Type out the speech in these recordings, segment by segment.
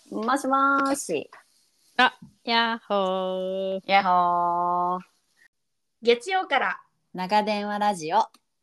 もしもーし。 やっほー。 やっほー。 月曜から長電話ラジオ。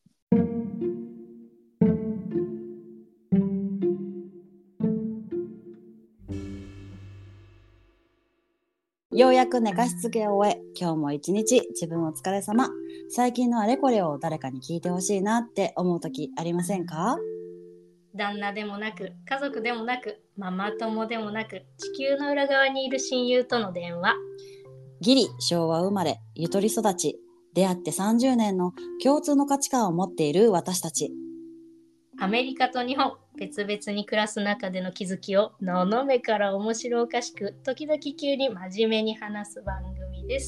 ようやく寝かしつけを終え、今日も一日自分お疲れ様。最近のあれこれを誰かに聞いてほしいなって思う時ありませんか？ 旦那でもなく家族でもなくママ友でもなく地球の裏側にいる親友との電話。 ギリ昭和生まれ、ゆとり育ち、出会って30年の共通の価値観を持っている私たち。 アメリカと日本別々に暮らす中での気づきをののめから面白おかしく時々急に真面目に話す番組です。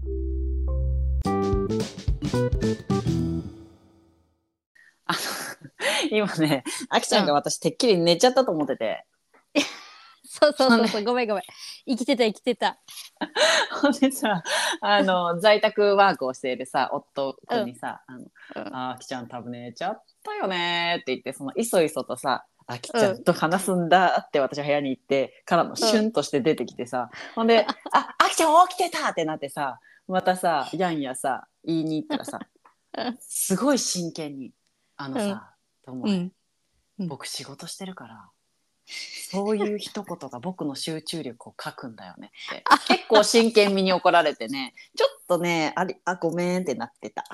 今ね、あきちゃんが私てっきり寝ちゃったと思ってて。 そう、ごめん。生きてた。 ほんでさ、在宅ワークをしているさ、夫君にさ、あきちゃん多分寝ちゃったよねって言って、そのいそいそとさ、あきちゃんと話すんだって私は部屋に行ってからのシュンとして出てきてさ、ほんで、あきちゃん起きてたってなってさ、またさ、やんやさ、言いに行ったらさ、すごい真剣に、とも僕仕事してるから、そういう一言が僕の集中力を書くんだよねって結構真剣味に怒られてね、ちょっとね、ごめんってなってた。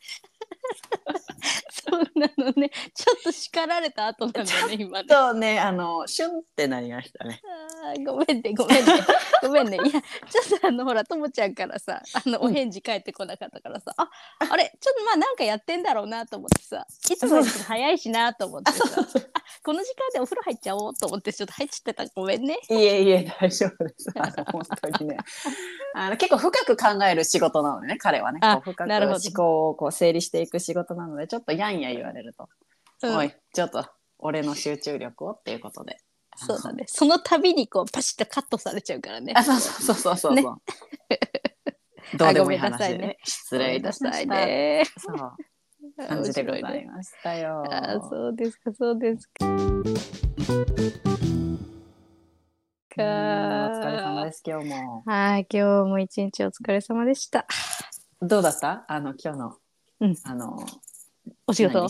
そうなのね。ちょっと叱られた後なんだね、今ね。 そうね、シュンってなりましたね。 ごめんね。いや、ちょっとほら、ともちゃんからさ、お返事返ってこなかったからさ、あれ、ちょっとなんかやってんだろうなと思ってさ、いつもより早いしなと思ってさ、この時間でお風呂入っちゃおうと思ってちょっと入っちゃってた。ごめんね。 いえ大丈夫です。本当にね、結構深く考える仕事なのでね、彼はね、こう深く思考をこう整理していく仕事なので、ちょっとやんや言われると、おいちょっと俺の集中力をっていうことで。 そうだね。その度にこうパシッとカットされちゃうからね。 そう、ね、どうでもいい話でね。失礼いたしました。そう感じでございましたよ。 そうですか。 お疲れ様です。今日も。 はい、今日も一日お疲れ様でした。 どうだった？今日の、 お仕事。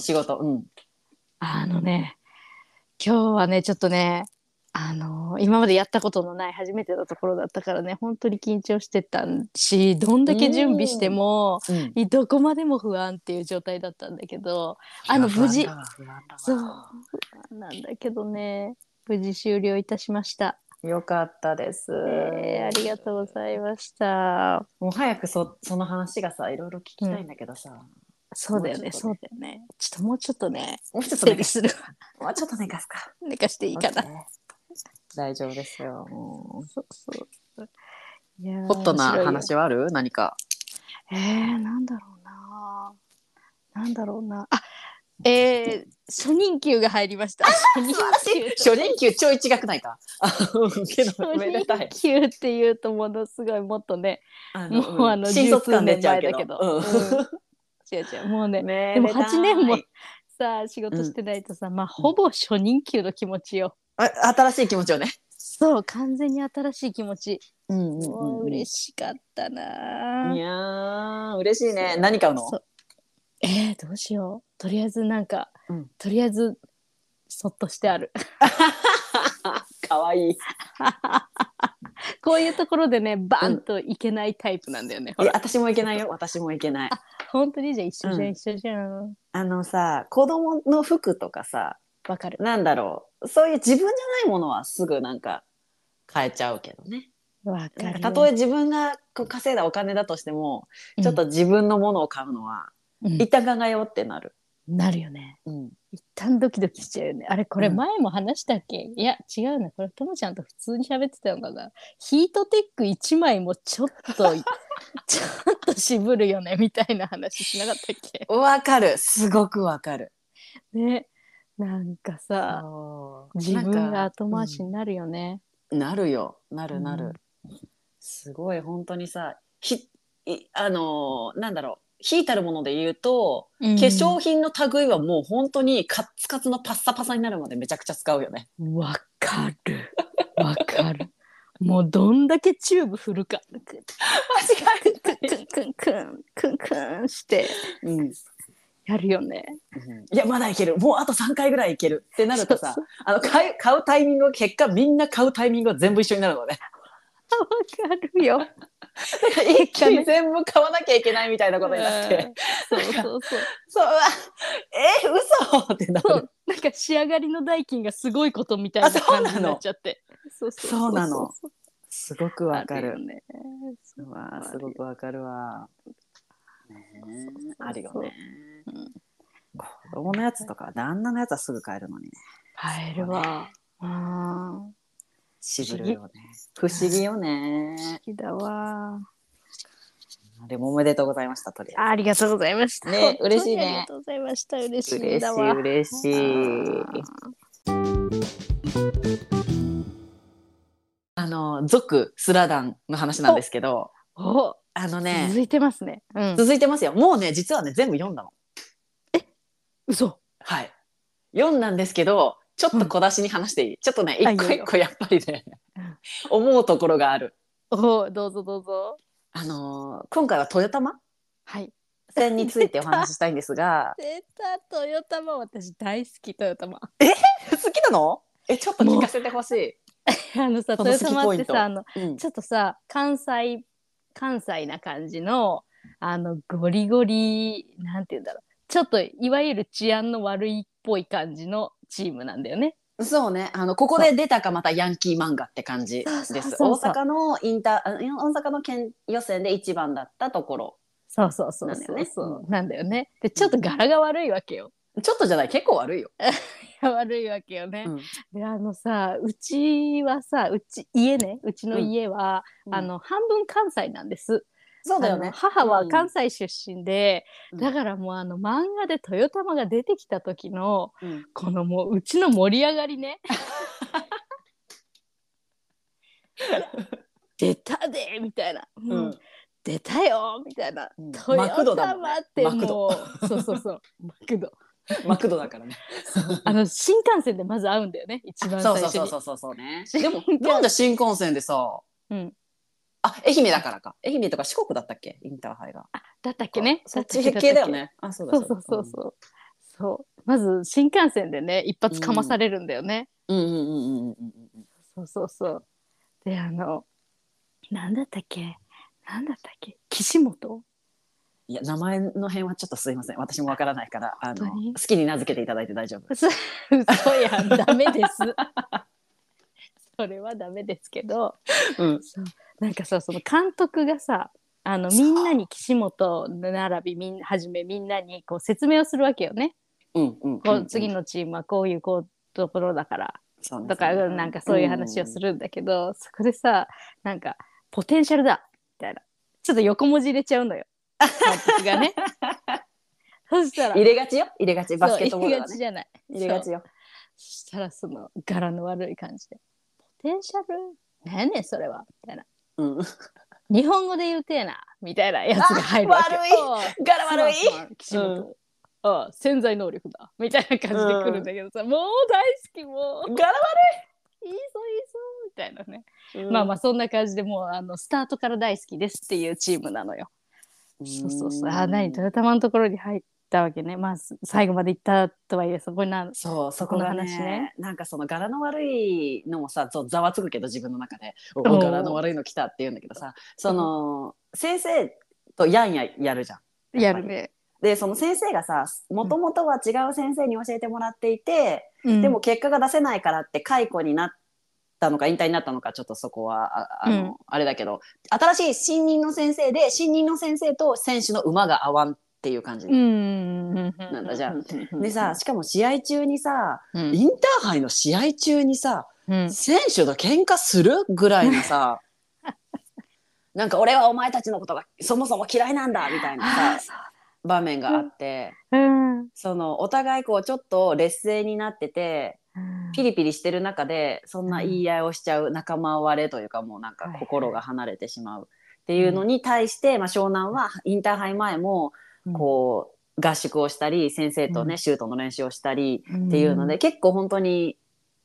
今日はねちょっとね今までやったことのない初めてのところだったからね、本当に緊張してたし、どんだけ準備しても、どこまでも不安っていう状態だったんだけど、無事そうなんだけどね、無事終了いたしました。 よかったです、 ありがとうございました。 もう早くその話がさ、いろいろ聞きたいんだけどさ、 そうだよね。ちょっともうちょっとね、 整理するわ。もうちょっと寝かすか。 寝かしていいかな。 大丈夫ですよ。 そうホットな話はある？何か。 なんだろうな。初任給が入りました。 初任給超一学ないか。 けど初任給っていうとものすごいもっとね、もう新卒感出ちゃうだけど。違うもうね、でも8年もさ仕事してないとさ、ほぼ初任給の気持ちよ。 新しい気持ちよね。 そう、完全に新しい気持ち。嬉しかったな。 いや嬉しいね。何買うの？ どうしよう。とりあえずとりあえずそっとしてある。 かわいい。 こういうところでね、バンといけないタイプなんだよね。 私もいけないよ。私もいけない。 本当に？じゃあ一緒じゃん。 さ、子供の服とかさ、 わかる。 なんだろう、そういう自分じゃないものはすぐなんか変えちゃうけどね。 わかる。 たとえ自分が稼いだお金だとしても、ちょっと自分のものを買うのは、一旦考えようってなる。 なるよね。一旦ドキドキしちゃうよね。あれこれ前も話したっけ？いや違うな。これともちゃんと普通に喋ってたのかな。ヒートテック1枚もちょっと渋るよねみたいな話しなかったっけ？ わかる。すごくわかる。 ね。なんかさ、自分が後回しになるよね。 なるよ。なる。すごい本当にさ、なんだろう。引いたるもので言うと、化粧品の類はもう本当にカッツカツのパッサパサになるまでめちゃくちゃ使うよね。 わかる。 わかる。もうどんだけチューブ振るか。 間違えた。 クンクンクンクンクンしてうんやるよね。 いやまだいける、もうあと3回ぐらいいけるってなるとさ、 そう買うタイミング、結果みんな買うタイミングは全部一緒になるのね。 わかるよ。 一気に全部買わなきゃいけないみたいなことになって、 そうそうそう。 そう、うわ嘘ってなる。 そう、なんか仕上がりの代金がすごいことみたいな感じになっちゃって。 そうなの。すごくわかる。 あるよね。 うわすごくわかるわ。ねあるよね。子供のやつとか旦那のやつはすぐ買えるのにね。 買えるわ。 渋るよね。不思議よね。 好きだわ。 でもおめでとうございました。とりあえず。 ありがとうございました。 ね、嬉しいね。 ありがとうございました。嬉しいん嬉しいだわ。 嬉しい。続スラダンの話なんですけど、 お続いてますね。 続いてますよ。もうね、実はね、全部読んだの。 嘘。 はい。読んだんですけど、ちょっと小出しに話していい？ちょっとね、一個一個やっぱりね、思うところがある。 どうぞどうぞ。 今回はトヨタマ線についてお話ししたいんですが。 出た、トヨタマ。私大好き、トヨタマ。 好きなの？ちょっと聞かせてほしい。 さ、トヨタマってさ、ちょっとさ、関西な感じの、ゴリゴリ、なんて言うんだろう。ちょっといわゆる治安の悪いっぽい感じのチームなんだよね。 そうね、ここで出たかまたヤンキー漫画って感じです。大阪の県予選で一番だったところ。 そうなんだよね。でちょっと柄が悪いわけよ。 ちょっとじゃない、結構悪いよ。 悪いわけよね。でさ、うちはさ、うちの家は、半分関西なんです。 そうだよね。 母は関西出身で、だからもう漫画でトヨタマが出てきた時の、このもううちの盛り上がりね。出たでみたいな。出たよみたいな。トヨタマってもう、そうマクド。 マクドだからね。 新幹線でまず会うんだよね、一番最初に。 そうね。でもなんで新幹線でさ、愛媛だからか。愛媛とか四国だったっけ、インターハイが。 だったっけね。 そっち系だよね。 そう。まず新幹線でね、一発かまされるんだよね。そう。でなんだったっけ岸本。 いや、名前の辺はちょっとすいません、私もわからないから好きに名付けていただいて大丈夫。 嘘やん、ダメです。それはダメですけど、なんかさ、その監督がさ、みんなに岸本並びはじめみんなにこう説明をするわけよね。次のチームはこういうところだからとか、なんかそういう話をするんだけど、そこでさ、なんかポテンシャルだみたいな、ちょっと横文字入れちゃうのよ。監督がね。そしたら入れがちバスケットボールはね。 入れがちじゃない。 入れがちよ。 そしたらその柄の悪い感じで、ポテンシャル何やねんそれはみたいな。日本語で言うてえなみたいなやつが入るわけ。 悪い。柄悪い。 岸本。潜在能力だみたいな感じで来るんだけどさ、もう大好き、もう柄悪いいぞみたいなね。まあそんな感じで、もうスタートから大好きですっていうチームなのよ。そう。何トヨタマのところに入ったわけね。まあ最後まで行ったとはいえ、そこの話ね。なんかその柄の悪いのもさ、ざわつくけど自分の中で柄の悪いの来たって言うんだけどさ、その先生とやるじゃん。 やるね。 でその先生がさ、もともとは違う先生に教えてもらっていて、でも結果が出せないからって解雇になったのか引退になったのか、ちょっあれだけど、新しい新任の先生で、新任の先生と選手の馬が合わんっていう感じなんだじゃん。でさ、しかも試合中にさ、インターハイの試合中にさ、選手と喧嘩するぐらいのさなんか俺はお前たちのことがそもそも嫌いなんだみたいなさ場面があって、そのお互いこうちょっと劣勢になってて、ピリピリしてる中でそんな言い合いをしちゃう仲間割れというか、もうなんか心が離れてしまうっていうのに対して、湘南はインターハイ前もこう合宿をしたり、先生とねシュートの練習をしたりっていうので、結構本当に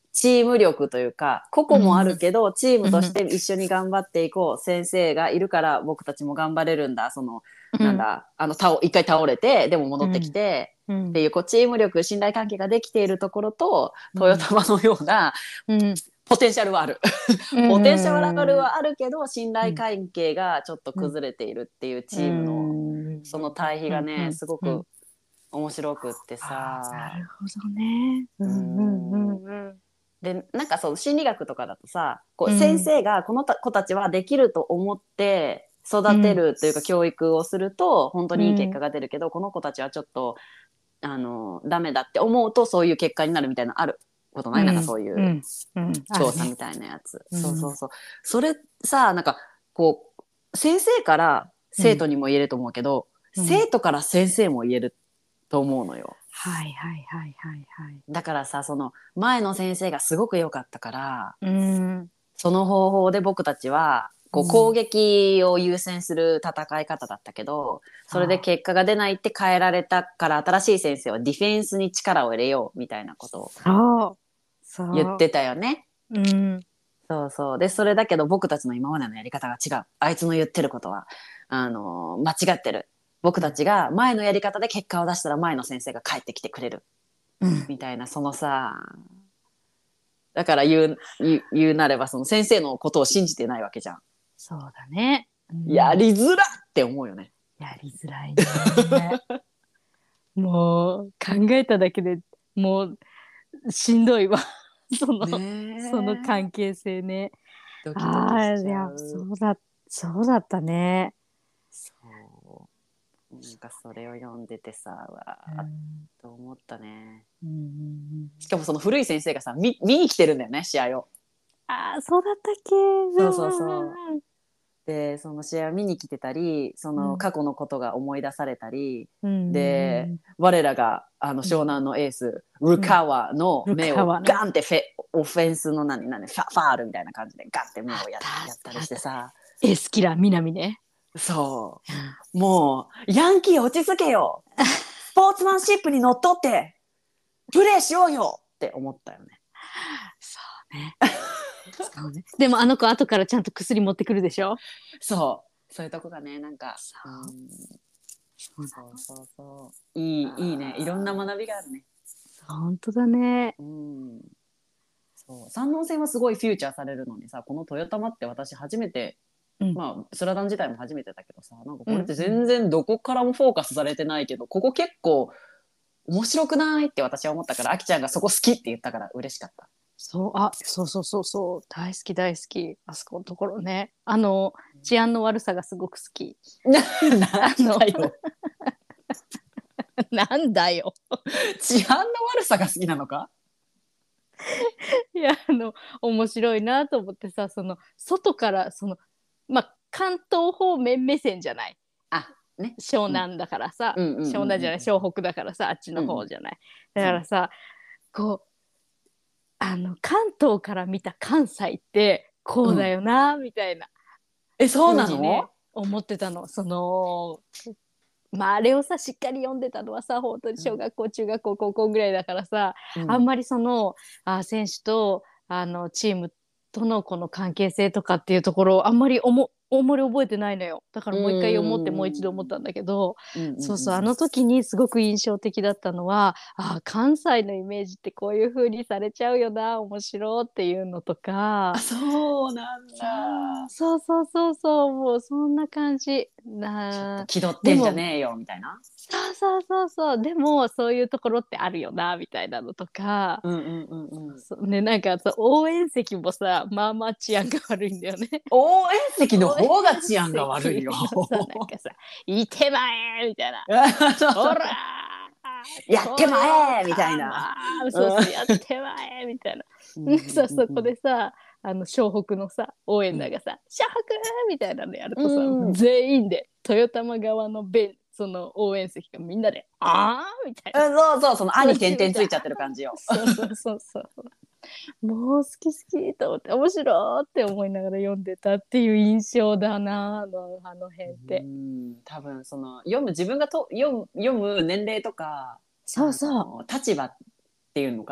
チーム力というか個々もあるけど、チームとして一緒に頑張っていこう、先生がいるから僕たちも頑張れるんだ、そのなんだ一回倒れてでも戻ってきて、っていうチーム力信頼関係ができているところと、トヨタマのような、ポテンシャルはあるポテンシャルはあるけど信頼関係がちょっと崩れているっていうチームのその対比がねすごく面白くってさ。 なるほどね。 でなんかそう心理学とかだとさ先生がこの子たちはできると思って育てるというか教育をすると本当にいい結果が出るけど、この子たちはちょっとダメだって思うとそういう結果になるみたいなあることない、なんかそういう調査みたいなやつ、そうそれさなんか先生から生徒にも言えると思うけど、生徒から先生も言えると思うのよ。だからさその前の先生がすごく良かったから、その方法で僕たちは攻撃を優先する戦い方だったけど、それで結果が出ないって変えられたから新しい先生はディフェンスに力を入れようみたいなことを言ってたよね。そうそうでそれだけど僕たちの今までのやり方が違う、あいつの言ってることは間違ってる、僕たちが前のやり方で結果を出したら前の先生が帰ってきてくれる、みたいなそのさだから言うなればその先生のことを信じてないわけじゃん。 そうだね、 やりづらって思うよね。 やりづらいねもう考えただけでもうしんどいわその関係性ね。 ドキドキしちゃう。 いやそうだったね。 そうなんかそれを読んでてさわーっと思ったね。しかもその古い先生がさ見に来てるんだよね試合を。 そうだったっけ。 そうでその試合を見に来てたりその過去のことが思い出されたり、で我らが湘南のエース、ルカワの目をガンってオフェンスのファールみたいな感じでガンって目をやったりしてさ、 エースキラー南ね。 そうもうヤンキー落ち着けよスポーツマンシップにのっとってプレーしようよって思ったよね。 そうねそうね。でもあの子後からちゃんと薬持ってくるでしょ。 そういうとこがねなんかそういいね、いろんな学びがあるね。 本当だね。 そう三能線はすごいフューチャーされるのにさこのトヨタマって私初めて、まあスラダン自体も初めてだけどさなんかこれって全然どこからもフォーカスされてないけど、ここ結構面白くないって私は思ったからあきちゃんがそこ好きって言ったから嬉しかった。そう大好きあそこのところね。治安の悪さがすごく好き。なんだよ治安の悪さが好きなのか。 いや面白いなと思ってさその外から関東方面目線じゃない。湘南だからさ、湘南じゃない湘北だからさあっちの方じゃない、だからさ関東から見た関西ってこうだよな、みたいなそうなの、ね、 思ってたの。あれをさしっかり読んでたのはさ本当に小学校、中学校高校ぐらいだからさ、あんまり選手とチームとのこの関係性とかっていうところをあんまり覚えてないのよ。だからもう一回読もうってもう一度思ったんだけど、あの時にすごく印象的だったのは関西のイメージってこういう風にされちゃうよな面白っていうのとか。 そうなんだ。 そうもうそんな感じな。気取ってんじゃねえよみたいな。 そうでもそういうところってあるよなみたいなのとか、なんか応援席もさまあまあ治安が悪いんだよね。 応援席の方が治安が悪いよ。 なんかさ「いてまえ!」みたいな「ほらやってまえ!」みたいなやってまえ!」みたいなそこでさ湘北のさ応援団がさ「湘北!」みたいなのやるとさ、全員で豊玉側のその応援席がみんなで「あー」みたいな、 その「あ」に点々ついちゃってる感じよ。 もう好きと思って面白って思いながら読んでたっていう印象だなあの辺って。 多分自分が読む年齢とか立場っていうのか、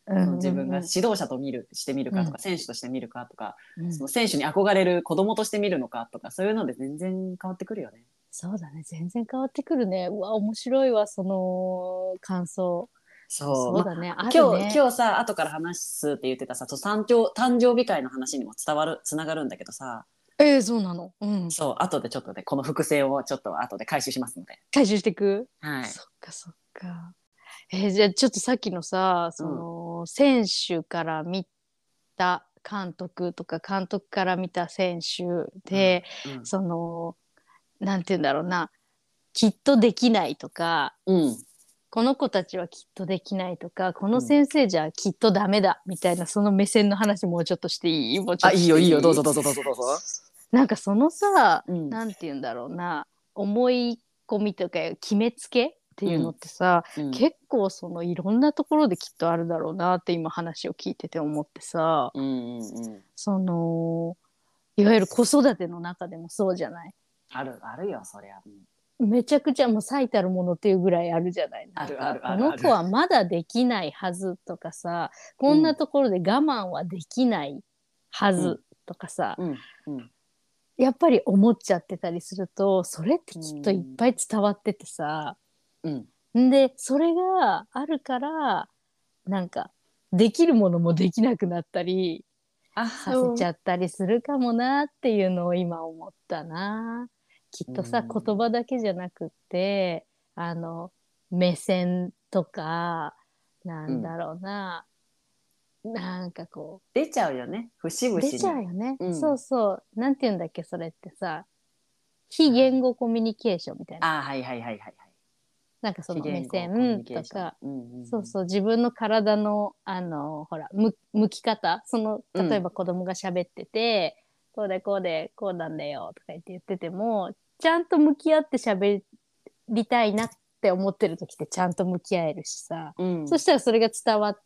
その自分が指導者としてみるかとか、選手として見るかとか、その選手に憧れる子供として見るのかとか、そういうので全然変わってくるよね。 そうだね、全然変わってくるね。うわ、面白いわ、その感想。そうだね、あるね。 今日さ、後から話すって言ってたさ、誕生日会の話にもつながるんだけどさ。 そうなの。 そう、後でちょっとね、この伏線をちょっと後で回収しますので。 回収していく。 はい。 そっかそっか。じゃあちょっとさっきのさ、その、選手から見た監督とか、監督から見た選手で、その、なんて言うんだろうな、きっとできないとか、この子たちはきっとできないとか、この先生じゃきっとダメだみたいな、その目線の話もうちょっとしていい？もうちょっとしていい？ いいよいいよ、どうぞどうぞどうぞどうぞ。 なんかそのさ、なんて言うんだろうな、思い込みとか決めつけっていうのってさ、結構そのいろんなところできっとあるだろうなって今話を聞いてて思ってさ、そのいわゆる子育ての中でもそうじゃない？ あるよ、そりゃ。 めちゃくちゃもう最たるものっていうぐらいあるじゃない。 ある。この子はまだできないはずとかさ、こんなところで我慢はできないはずとかさ、やっぱり思っちゃってたりすると、それってきっといっぱい伝わっててさ、でそれがあるからなんかできるものもできなくなったりさせちゃったりするかもなっていうのを今思ったな。きっとさ、言葉だけじゃなくって目線とかなんだろうな、なんかこう出ちゃうよね、節々に出ちゃうよね、そうそう、なんて言うんだっけそれってさ、非言語コミュニケーションみたいな。 はい。 なんかその目線とか、そうそう、自分の体のほら向き方、その例えば子供が喋ってて、こうでこうでこうなんだよとか言ってても、ちゃんと向き合って喋りたいなって思ってる時ってちゃんと向き合えるしさ、そしたらそれが伝わって、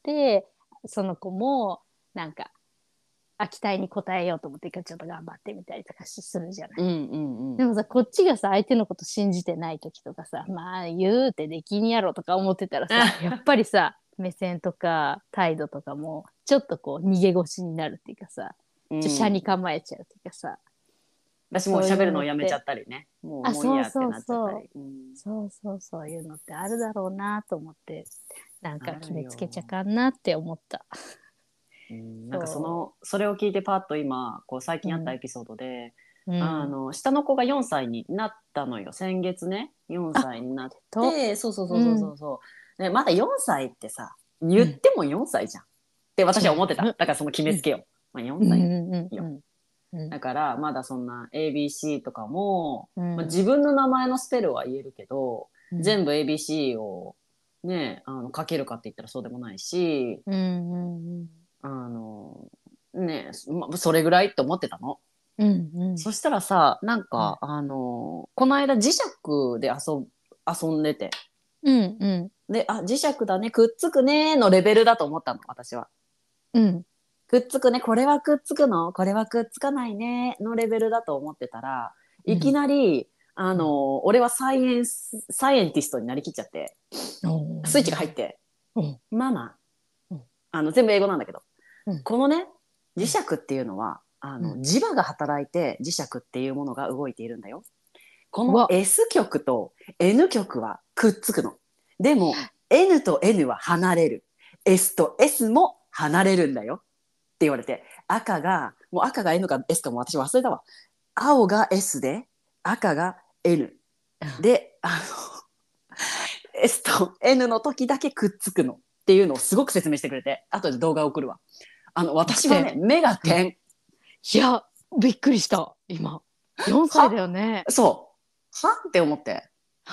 その子もなんか期待に応えようと思ってちょっと頑張ってみたりとかするじゃない。でもさ、こっちがさ相手のこと信じてない時とかさ、まあ言うてできんやろとか思ってたらさやっぱりさ目線とか態度とかもちょっとこう逃げ腰になるっていうかさ、車に構えちゃうっていうかさ、 私もう喋るのをやめちゃったりね、もういいやってなっちゃったり、 そういうのってあるだろうなと思って、なんか決めつけちゃかんなって思った。 なんかそれを聞いてパッと今こう最近あったエピソードで、下の子が4歳になったのよ、先月ね。4歳になって、でまだ4歳ってさ、言っても4歳じゃんって私は思ってた。だからその決めつけを、4歳よ、だからまだそんな ABC とかも、自分の名前のスペルは言えるけど、全部 ABC をね書けるかって言ったらそうでもないし、それぐらいって思ってたの。そしたらさ、なんか、この間磁石で遊んでて、で、磁石だね、くっつくねのレベルだと思ったの、私は。くっつくね、これはくっつくの、これはくっつかないねのレベルだと思ってたら、いきなり、俺はサイエンティストになりきっちゃって、スイッチが入って、ママ、全部英語なんだけど、このね、磁石っていうのは磁場が働いて磁石っていうものが動いているんだよ。この S 極と N 極はくっつくの。でも N と N は離れる。S と S も離れるんだよって言われて、赤が N か S かも私忘れたわ。青が S で赤が N で、S と N の時だけくっつくのっていうのをすごく説明してくれて、後で動画を送るわ。私はね、目が点。 いや、びっくりした、今。4歳だよね。 そう。はって思って。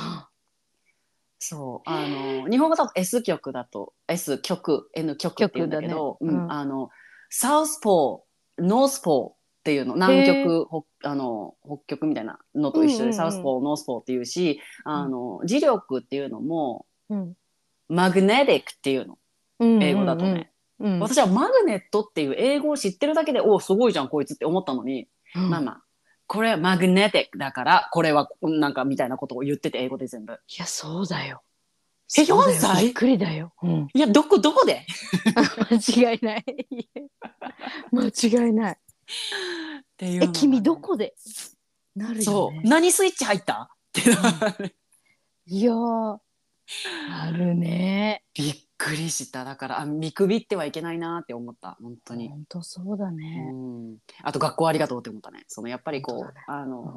そう。日本語だと S 極だと、S 極、N 極って言うんだけど、サウスポー、ノースポーっていうの、南極、北極みたいなのと一緒で、サウスポー、ノースポーっていうし、磁力っていうのも、マグネティックっていうの。英語だとね。私はマグネットっていう英語を知ってるだけで、すごいじゃんこいつって思ったのに、ママこれはマグネティックだからこれはなんかみたいなことを言ってて、英語で全部。 いやそうだよ、 え、4 そうだよびっ歳？ くりだよ。 いや、どこで間違いない。間違いない。 っていうのがね、 君どこでなるよそう。 ね。 何スイッチ入ったっていうのがねいやー、あるね。 びっくりした。だから見くびってはいけないなって思った。本当に。 本当そうだうね。 ん。あと学校ありがとうって思ったね。やっぱりこう、 本当だね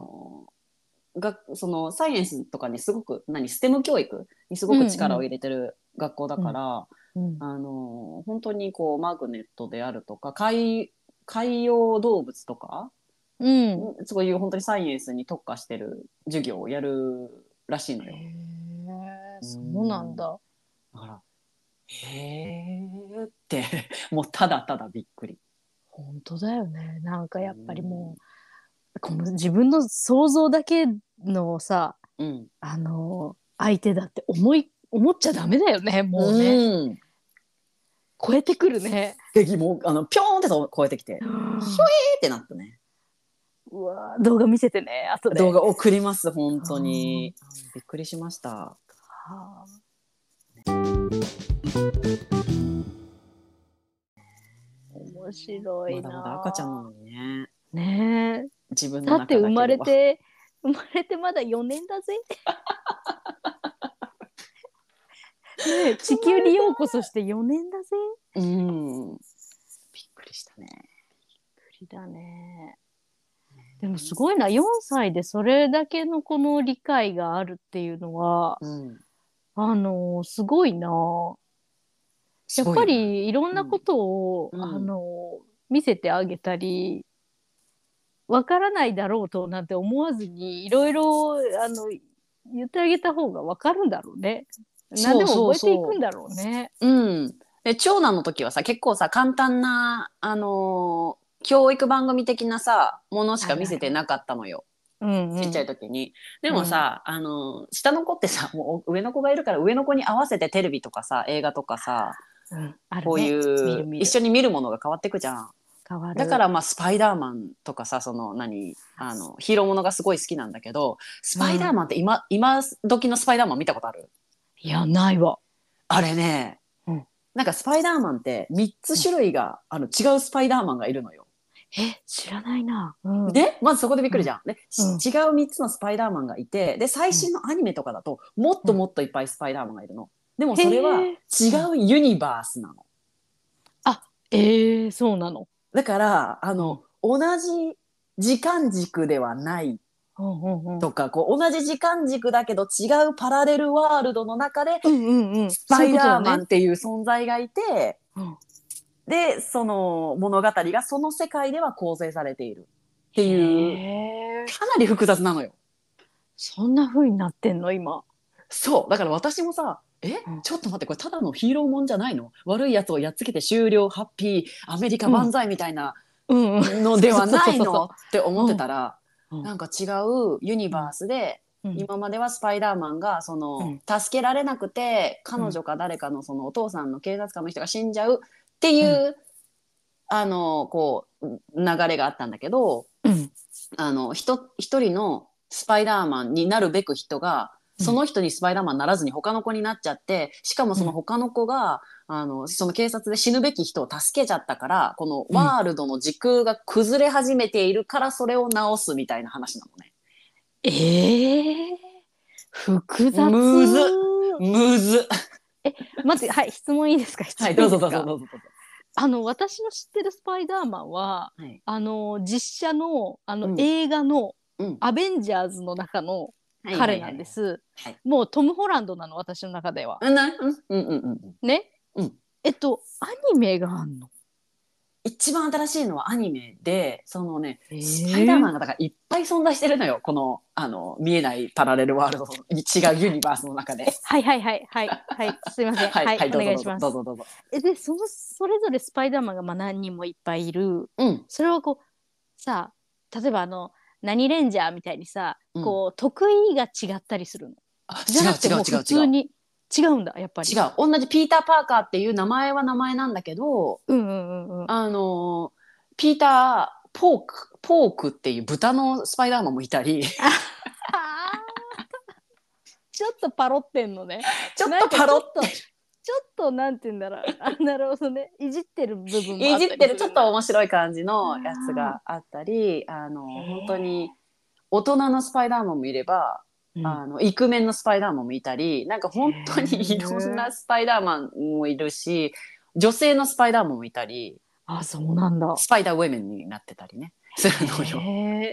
そのサイエンスとかにすごくステム教育にすごく力を入れてる学校だから、 うん本当にこうマグネットであるとか海洋動物とか、 うん。 そういう本当にサイエンスに特化してる授業をやるらしいのよ。 へえ、そうなんだ。 だからへーってもうただただびっくり。 本当だよね。なんかやっぱりもう、この自分の想像だけのさ、 うん、 相手だって思っちゃダメだよね、もうね。 うん、 超えてくるね。 もうピョーンって超えてきて、ひょえーってなったね。 うわ動画見せてね、後で。 動画送ります本当に。びっくりしました。 はあ、面白いな。 まだまだ赤ちゃんなのにね。 ね自分え。 の中だけでは。 だって生まれてまだ4年だぜ。ねえ、地球にようこそして4年だぜ。 うん。びっくりしたね。 びっくりだね。でもすごいな、4歳でそれだけのこの理解があるっていうのは、 うん。 すごいな。やっぱすごいよね。 りいろんなことを、 うん見せてあげたり、わからないだろうとなんて思わずに、いろいろ、言ってあげた方がわかるんだろうね。何でも覚えていくんだろうね。 うん。で、長男の時はさ、結構さ、簡単な、教育番組的なさ、ものしか見せてなかったのよ。 うんうん。 ちっちゃい時に。でもさ、下の子ってさ、もう上の子がいるから上の子に合わせてテレビとかさ、映画とかさ、 あるね。 こういう見る一緒に見るものが変わってくじゃん。 変わる。 だからまあスパイダーマンとかさ、ヒーローものがすごい好きなんだけど、スパイダーマンって今時のスパイダーマン見たことある？ いや、ないわ。 あれね、なんかスパイダーマンって3つ種類が、違うスパイダーマンがいるのよ。 知らないな。 で、まずそこでびっくりじゃん。で、 うん違う3つのスパイダーマンがいて、で、最新のアニメとかだと、もっともっといっぱいスパイダーマンがいるの。でもそれは違うユニバースなの。 そうなの。 だから、同じ時間軸ではないとか、こう、同じ時間軸だけど違うパラレルワールドの中で、スパイダーマンっていう存在がいて、で、その物語がその世界では構成されているっていう、かなり複雑なのよ。 そんな風になってんの今。 そう。だから私もさ、ちょっと待って、これただのヒーローもんじゃないの？悪いやつをやっつけて終了、ハッピー、アメリカ万歳みたいなのではないのって思ってたら、なんか違うユニバースで、今まではスパイダーマンが助けられなくて、彼女か誰かのそのお父さんの警察官の人が死んじゃうっていう、こう流れがあったんだけど、一人のスパイダーマンになるべく人がその人にスパイダーマンにならずに他の子になっちゃって、しかもその他の子が、その警察で死ぬべき人を助けちゃったから、このワールドの時空が崩れ始めているからそれを直すみたいな話なのね。 複雑。 むず。 待って、はい、質問いいですか？ はい、どうぞ。 私の知ってるスパイダーマンは、実写の、映画の、アベンジャーズの中の彼なんです。もうトム・ホランドなの、私の中では。ね、アニメがあんの？ 一番新しいのはアニメで、そのね、スパイダーマンがだからいっぱい存在してるのよ。この見えないパラレルワールドに違うユニバースの中で。 はい、すいません。はい、お願いします。 どうぞ。 で、それぞれスパイダーマンが何人もいっぱいいる。それをこうさ、例えば何レンジャーみたいにさ、こう得意が違ったりするの。じゃなくてもう普通に違うんだ、やっぱり。 違う。同じピーター・パーカーっていう名前は名前なんだけど、ピーター・ポークっていう豚のスパイダーマンもいたり。 ちちょっとパロってんのね。 ちょっとパロってちょっとなんて言うんだろう。なるほどね。いじってる部分もあったりする。 いじってるちょっと面白い感じのやつがあったり、本当に大人のスパイダーマンもいれば、イクメンのスパイダーマンもいたり、なんか本当にいろんなスパイダーマンもいるし、女性のスパイダーマンもいたり、 あ、そうなんだ。 スパイダーウェメンになってたりねするのよ。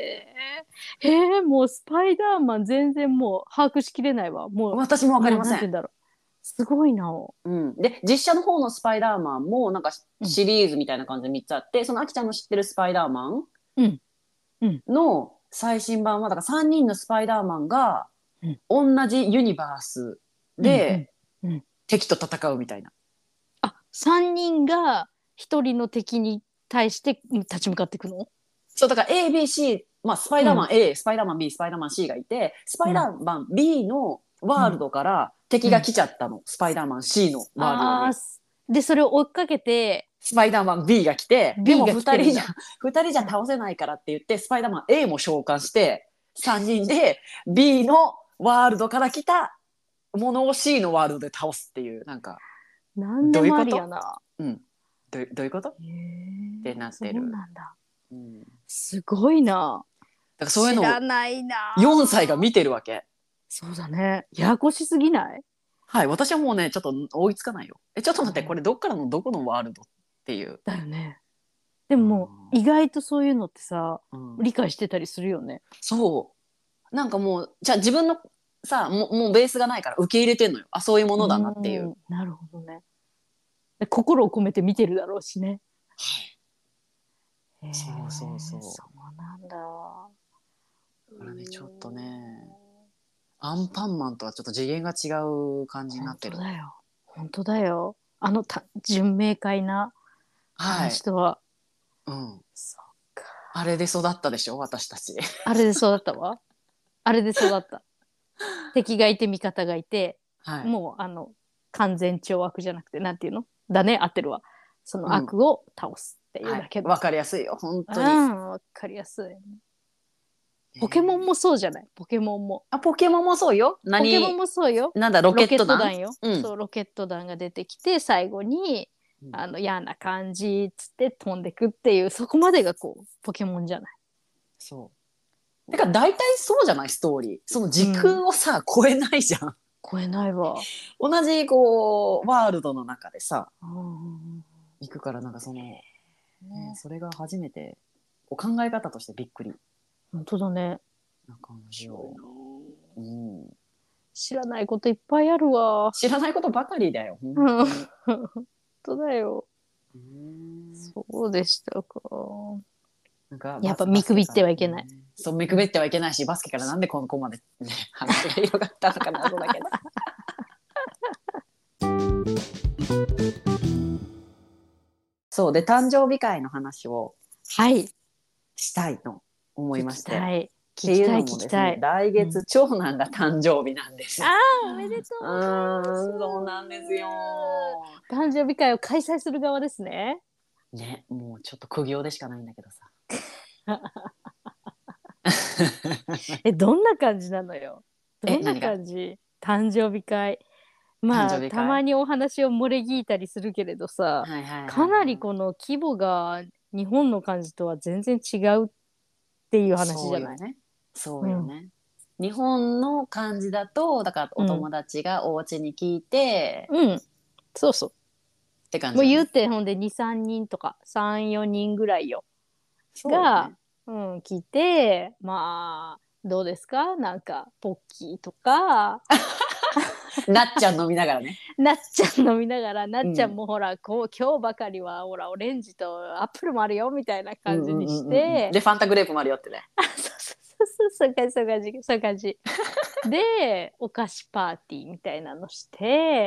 もうスパイダーマン全然もう把握しきれないわ。もう私もわかりません。 なんて言うんだろう。すごいな。 で実写の方のスパイダーマンもなんかシリーズみたいな感じで3つあって、そのあきちゃんの知ってるスパイダーマンの最新版はだから3人のスパイダーマンが同じユニバースで敵と戦うみたいな。 あ、3人が1人の敵に対して立ち向かっていくの？ そうだから ABC、まあ、スパイダーマン A、スパイダーマン B、スパイダーマン C がいて、スパイダーマン B のワールドから敵が来ちゃったの、スパイダーマン C のワールドに。 でそれを追っかけてスパイダーマン B が来て、でも2人じゃ倒せないからって言って、スパイダーマン A も召喚して3人で B のワールドから来たものを C のワールドで倒すっていう、なんかなんでもありやな。 どういうことってなってる。 そうなんだ。すごいな。 だからそういうのを知らないな。 4歳が見てるわけ。 そうだね。ややこしすぎない？ はい、私はもうねちょっと追いつかないよ。ちょっと待って、これどっからのどこのワールドっていう。 だよね。でももう意外とそういうのってさ、理解してたりするよね。 そうなんかもうじゃあ自分のさもうベースがないから受け入れてんのよ。あ、そういうものだなっていう。 なるほどね。心を込めて見てるだろうしね。 はい。そうそうなんだ。 だからね、ちょっとね、アンパンマンとはちょっと次元が違う感じになってる。 本当だよ。純明快な話とは。 そっか。あれで育ったでしょ、私たち。 あれで育ったわ。あれで育った。敵がいて味方がいて、もう完全懲悪じゃなくて、なんていうのだね、合ってるわ。その悪を倒すっていうだけ。 わかりやすいよ、本当に。 わかりやすい。ポケモンもそうじゃない？ポケモンも。 ポケモンもそうよ。 ポケモンもそうよ。 なんだ、ロケット弾よ。そう、ロケット弾が出てきて、最後に、嫌な感じっつって飛んでくっていう、そこまでがこう、ポケモンじゃない。 そう。だから大体そうじゃない、ストーリー。その時空をさ、超えないじゃん。 超えないわ。 同じこうワールドの中でさ、行くから、なんかその、それが初めてこう考え方としてびっくり。 本当だね。 な感じよ。 知らないこといっぱいあるわ。 知らないことばかりだよ。本当だよ。そうでしたか。 なんかやっぱ見くびってはいけない。 そう、見くびってはいけないし、バスケからなんでここまで、ね、話が広がったのかな、そうだけど。そうで、誕生日会の話をしたいと思いまして。っていうのもですね、来月長男が誕生日なんです。 おめでとうございます。 そうなんですよ。 誕生日会を開催する側ですね。 ね、もうちょっと苦行でしかないんだけどさ。 どんな感じなのよ。どんな感じ？誕生日会。まあたまにお話を漏れ聞いたりするけれどさ、かなりこの規模が日本の感じとは全然違うっていう話じゃない？ そうよね。日本の感じだと、だからお友達がお家に聞いて、 そうそうって感じ。 もう言ってほんで2、3人とか3、4人ぐらいよが来て、まあどうですか？なんかポッキーとか。 なっちゃん飲みながらね。 なっちゃん飲みながら、なっちゃんもほら、今日ばかりはほらオレンジとアップルもあるよみたいな感じにして、 でファンタグレープもあるよってね。 そういう感じでお菓子パーティーみたいなのして、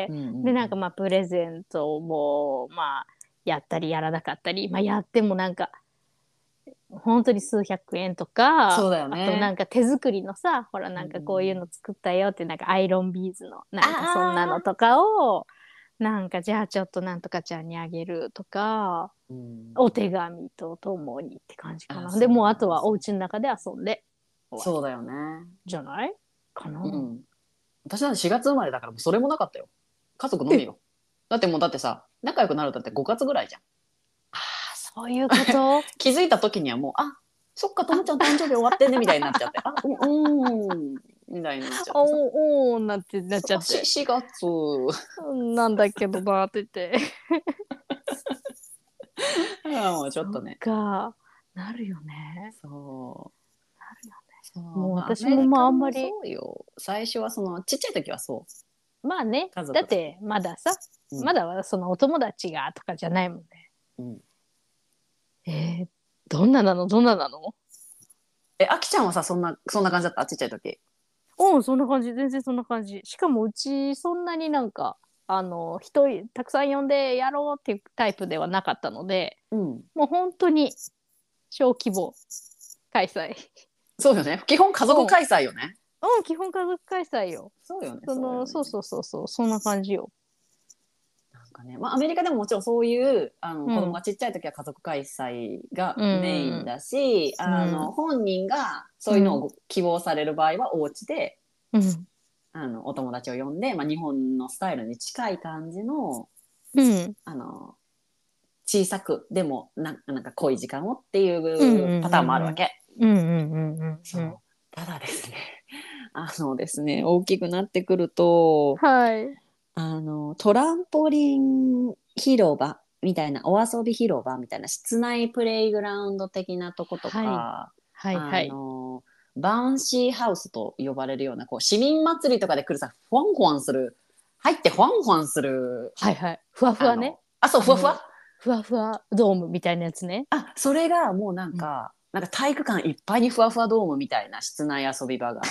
でなんかまあプレゼントもまあやったりやらなかったり、まあやってもなんか本当に数百円とか、 そうだよね、 あとなんか手作りのさ、ほらなんかこういうの作ったよってなんかアイロンビーズのなんかそんなのとかをなんかじゃあちょっとなんとかちゃんにあげるとか、お手紙とともにって感じかな。でもうあとはお家の中で遊んで。 そうだよね。 じゃないかな。 私なんて4月生まれだからもうそれもなかったよ。家族のみよ。だってさ仲良くなるだって5月ぐらいじゃん。 ああ、そういうこと。 気づいた時にはもうそっかともちゃん誕生日終わってんねみたいになっちゃってみたいになっちゃってさおーなんてなっちゃって 4月なんだけどなって言ってもうちょっとね。 そっか、なるよね。 そうなるよね。 そうもう私もまああんまりそうよ。最初はそのちっちゃい時はそうまあね、 家族だってまださ、まだそのお友達がとかじゃないもんね。 うん、 どんななのどんななの？ あきちゃんはさそんな感じだったちっちゃい時。 そんな感じ、全然そんな感じ。しかもうちそんなになんか一人たくさん呼んでやろうっていうタイプではなかったので、もう本当に小規模開催。 そうよね。基本家族開催よね。 基本家族開催よ。 そうよね。 そう、そんな感じよ。 なんかね、まあアメリカでももちろんそういう子供がちっちゃい時は家族開催がメインだし、本人がそういうのを希望される場合はお家で、お友達を呼んで、まあ、日本のスタイルに近い感じの、小さくでもなんか濃い時間をっていうパターンもあるわけ。ただですね大きくなってくると、 はい、 トランポリン広場みたいなお遊び広場みたいな室内プレイグラウンド的なとことか、バウンシーハウスと呼ばれるようなこう市民祭りとかで来るさフワンフワンする入ってフワンフワンするふわふわね。 そうふわふわふわふわドームみたいなやつね。 それがもうなんか体育館いっぱいにふわふわドームみたいな室内遊び場が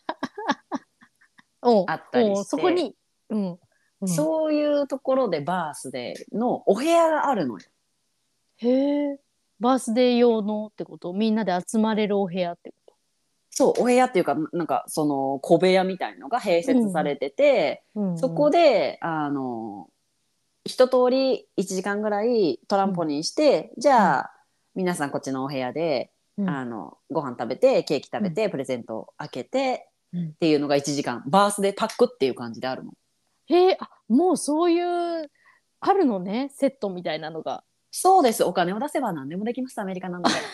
あったりして、 そこに、 そういうところでバースデーのお部屋があるのよ。 へえ、バースデー用のってこと？みんなで集まれるお部屋ってこと？ そう、お部屋っていうかなんかその小部屋みたいのが併設されてて、そこで一通り1時間ぐらいトランポリンして、じゃあ、皆さんこっちのお部屋で、ご飯食べてケーキ食べて、プレゼント開けて、っていうのが1時間バースデーパックっていう感じであるの。 へえ、もうそういうあるのね、セットみたいなのが。 そうです。お金を出せば何でもできます、アメリカなので。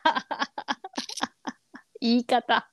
言い方。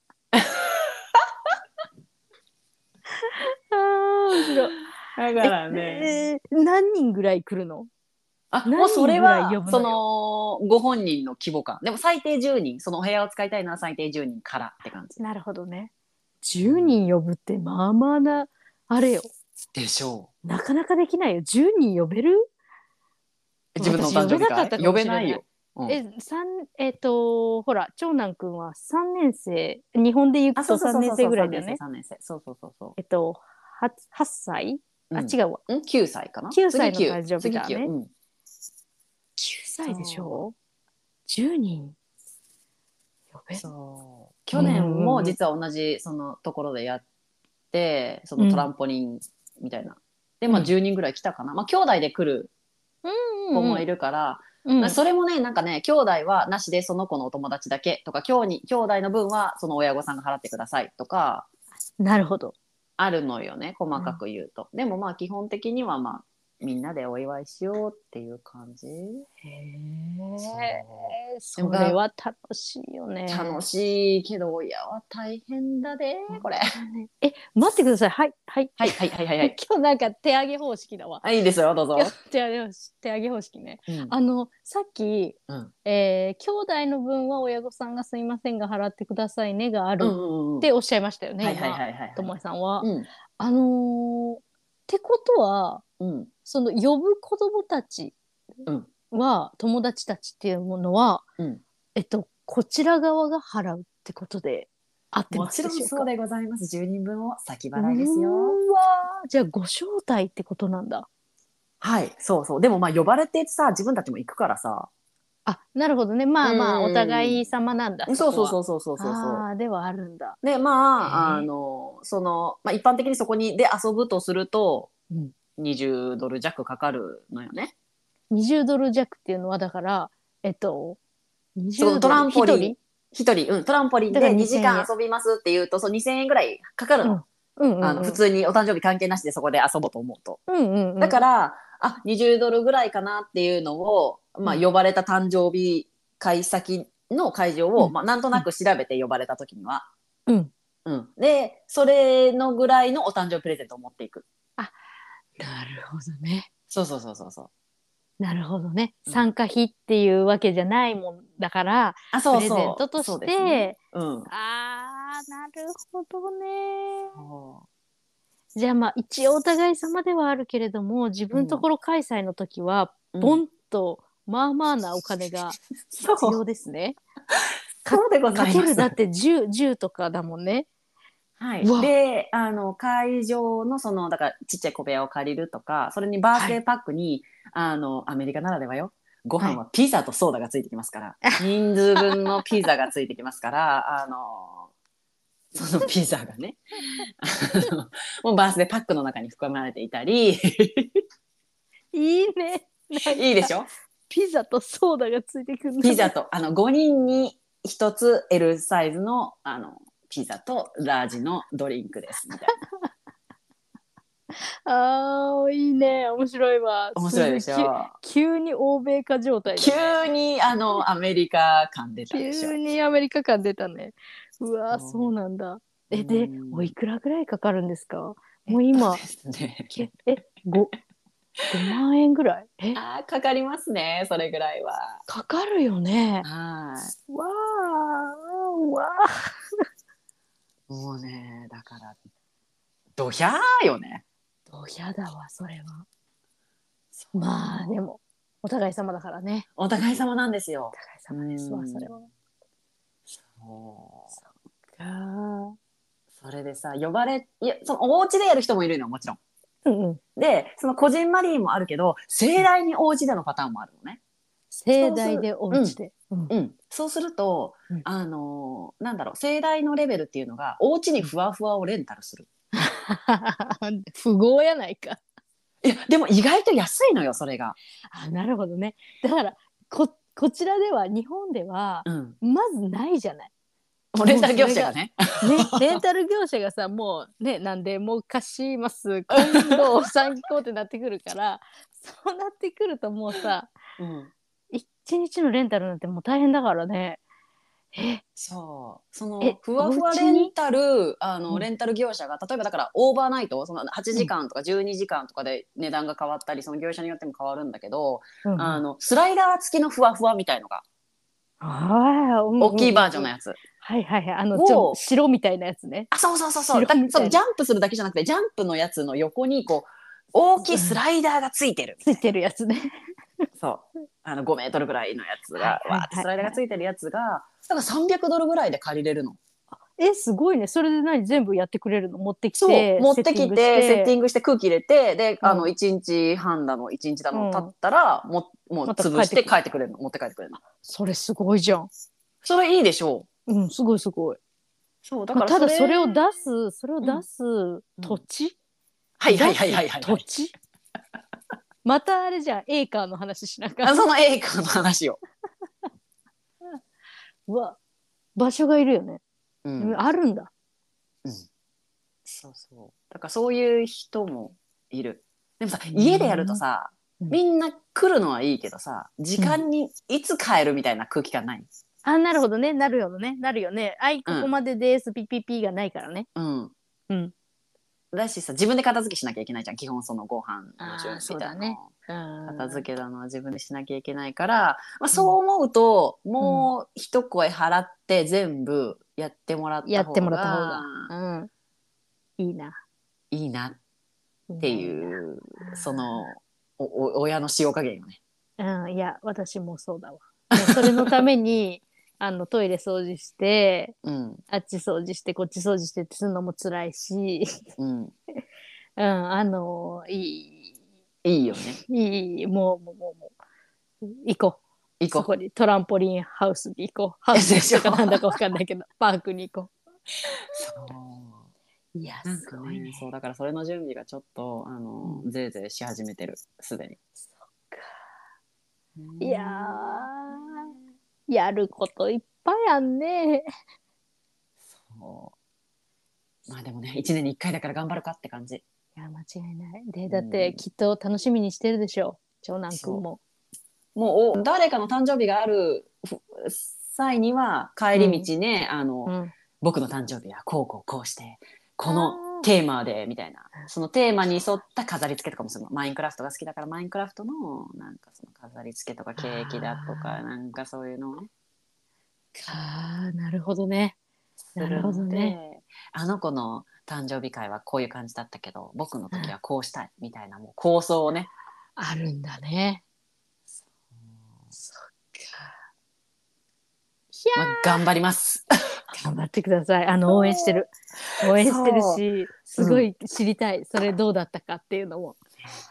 面白い。 だからね。 何人ぐらい来るの？ もうそれはそのご本人の規模感。でも最低10人、そのお部屋を使いたいのは最低10人からって感じ。 なるほどね。10人呼ぶってまあまあなあれよ。 でしょう。なかなかできないよ。10人呼べる？ 自分の誕生日会呼べないよ。 ほら長男くんは3年生、日本で行くと3年生ぐらいだよね。 3年生。そう。 8歳？違うわ。 9歳かな。 9歳の誕生日だね。9歳でしょ。10人呼べ。 去年も実は同じそのところでやってそのトランポリンみたいな、でまあ10人ぐらい来たかな。まあ兄弟で来る子もいるから、それもねなんかね兄弟はなしでその子のお友達だけとか兄弟の分はその親御さんが払ってくださいとか。 なるほど。 あるのよね、細かく言うと。でもまあ基本的にはまあみんなでお祝いしようっていう感じ。 それは楽しいよね。 楽しいけど親は大変だでこれ。 待ってください。はい。 今日なんか手上げ方式だわ。 いいですよどうぞ。 手上げ方式ね。さっき、兄弟の分は親御さんがすいませんが払ってくださいねがあるっておっしゃいましたよね。ともえさんは。ってことは、その呼ぶ子供たちは、友達たちっていうものは、こちら側が払うってことで合ってますでしょうか？ もちろんそうでございます。10人分を先払いですよ。 じゃあご招待ってことなんだ。 はい、そう。でもまあ呼ばれてさ自分たちも行くからさ。 なるほどね。まあお互い様なんだ。 そう。 ではあるんだ。 でまあそのまあ一般的にそこにで遊ぶとすると、20ドル弱かかるのよね。 20ドル弱っていうのはだからそのトランポリン1人、トランポリンで2時間遊びますっていうとそう2000円ぐらいかかるの。 普通にお誕生日関係なしでそこで遊ぼうと思うと。だから、 ら、20ドルぐらいかなっていうのを、まあ、呼ばれた誕生日会先の会場を、まあ、なんとなく調べて呼ばれた時には。で、それのぐらいのお誕生日プレゼントを持っていく。 なるほどね。 そうそうそうそうそう。 なるほどね。参加費っていうわけじゃないもんだから、 そうそうプレゼントとして、 ね、 なるほどね。じゃあまあ一応お互い様ではあるけれども、自分ところ開催の時は、ボンとまあまあなお金が必要ですね。 そうでございます。 かけるだって 10とかだもんね。 はい、で会場のだからちっちゃい小部屋を借りるとか、それにバースデーパックに、アメリカならではよ、ご飯はピザとソーダがついてきますから、人数分のピザがついてきますからそのピザがねもうバースデーパックの中に含まれていたりいいね。 いいでしょ。 ピザとソーダがついてくる、 ピザと5人に1つ L サイズのピザとラージのドリンクですみたいな。いいね。面白いわ。 面白いでしょ。 急に欧米化状態、ね、 急にアメリカ感出たでしょ。 急にアメリカ感出たね。うわ、そうなんだ。で、おいくらぐらいかかるんですか？もう今、5万円ぐらい？ かかりますね、それぐらいは。 かかるよね。 はい。 わあ。もうね、だからドヒャーよね。 ドヒャだわ、それは。まあでもお互い様だからね。 お互い様なんですよ。 お互い様ですわ、それは。そっか。 それでさ、そのお家でやる人もいるの、もちろん。で、そのこじんまりもあるけど、盛大にお家でのパターンもあるのね。 盛大でお家で。 そうすると、なんだろう、盛大のレベルっていうのが、お家にふわふわをレンタルする。 富豪やないか。 いや、でも意外と安いのよ、それが。 なるほどね。だからこちらでは、日本では、まずないじゃない。 レンタル業者がね。 レンタル業者がさ、もうね、なんでもう貸します、今度3行ってなってくるから、そうなってくるともうさ、1日のレンタルなんてもう大変だからね。 そのふわふわレンタルレンタル業者が、例えばだからオーバーナイト、その8時間とか12時間とかで値段が変わったり、その業者によっても変わるんだけど、スライダー付きのふわふわみたいのが、大きいバージョンのやつ。 はいはいはい、白みたいなやつね。 そうジャンプするだけじゃなくて、ジャンプのやつの横にこう大きいスライダーがついてる、 ついてるやつね。 そう5メートルぐらいのやつがわーってスライダーがついてるやつが、だから300ドルぐらいで借りれるの。 すごいね。それで全部やってくれるの？持ってきてセッティングして空気入れて、で1日半だの1日だの経ったら、もう潰して帰ってくれるの、持って帰ってくれるの。 それすごいじゃん。 それいいでしょう。すごいすごい。 そうだからただそれを出す土地、 はい土地またあれじゃん、エーカーの話しながら。 そのエーカーの話をうわ、場所がいるよね。あるんだ。 そうだからそういう人もいる。でもさ、家でやるとさ、みんな来るのはいいけどさ、時間にいつ帰るみたいな空気感ない？ なるほどね。なるよね。ここまでです、ピピピがないからね。 だしさ、自分で片付けしなきゃいけないじゃん、基本そのご飯の準備みたいな片付けたのは自分でしなきゃいけないから、そう思うと、もう一声払って全部やってもらった方がいいな。 いいなっていう、その親の塩加減よね。 いや、私もそうだわ。それのためにトイレ掃除して、あっち掃除してこっち掃除してってするのも辛いし、いいよね。 いい、もう行こう。そこにトランポリンハウスに行こう。ハウスとかなんだかわかんないけど、パークに行こう。いや、すごいね。 だからそれの準備がちょっとぜいぜいし始めてる、すでに。 そっか。いやー、やることいっぱいあんね。 まあでもね1年に1回だから頑張るかって感じ。 いや間違いない。でだってきっと楽しみにしてるでしょう、長男くんも。 もう誰かの誕生日がある際には帰り道ね、僕の誕生日はこうしてこのテーマでみたいな、そのテーマに沿った飾り付けとかもするの。マインクラフトが好きだからマインクラフトのなんかその飾り付けとかケーキだとかなんかそういうのをね。 なるほどね。なるほどね。 あの子の誕生日会はこういう感じだったけど僕の時はこうしたいみたいなもう構想をね、 あるんだね。そっか。 まあ、頑張ります。 頑張ってください。応援してるし、すごい知りたい、それどうだったかっていうのも。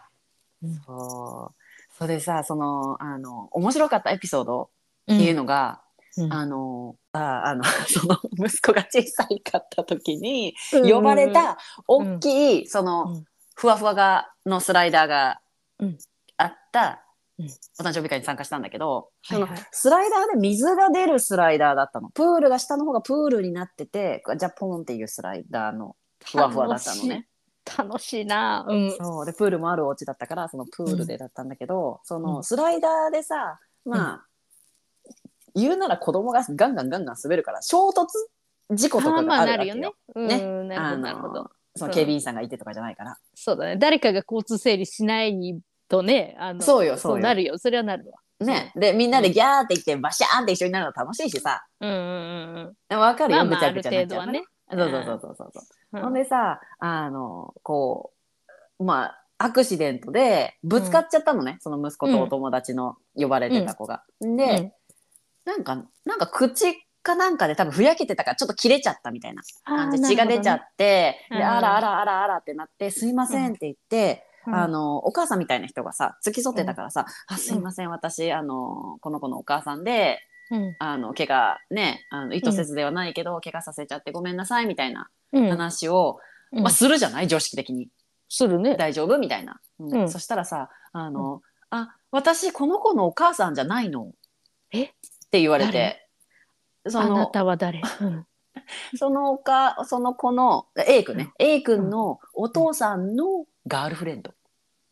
それさ、面白かったエピソードっていうのが、その息子が小さいかった時に呼ばれた大きいそのふわふわのスライダーがあったお誕生日会に参加したんだけど、そのスライダーで水が出るスライダーだったの。プールが下の方がプールになっててジャポンっていうスライダーのふわふわだったのね。 楽しいな。 そうでプールもあるお家だったからそのプールでだったんだけど、そのスライダーでさ、まあ言うなら子供がガンガン滑るから衝突事故とかがあるわけよ。 なるほど。 その警備員さんがいてとかじゃないから。 そうだね。誰かが交通整理しないとね。そうなるよ。それはなるわ。 ね、でみんなでギャーって言ってバシャーンって一緒になるの楽しいしさ。分かるよ、ぐちゃぐちゃなっちゃうね。そうほんでさこうまあアクシデントでぶつかっちゃったのね、その息子とお友達の呼ばれてた子が。で、なんか口かなんかで多分ふやけてたからちょっと切れちゃったみたいな感じで血が出ちゃって、であらあらあらあらってなってすいませんって言って、お母さんみたいな人がさ付き添ってたからさ、すいません私この子のお母さんで、怪我ね意図せずではないけど、怪我させちゃってごめんなさいみたいな話を、するじゃない常識的に。 するね。 大丈夫みたいな、そしたらさ私この子のお母さんじゃないのって言われて、 あなたは誰？ その子の A 君ね、A 君のお父さんのガールフレンド。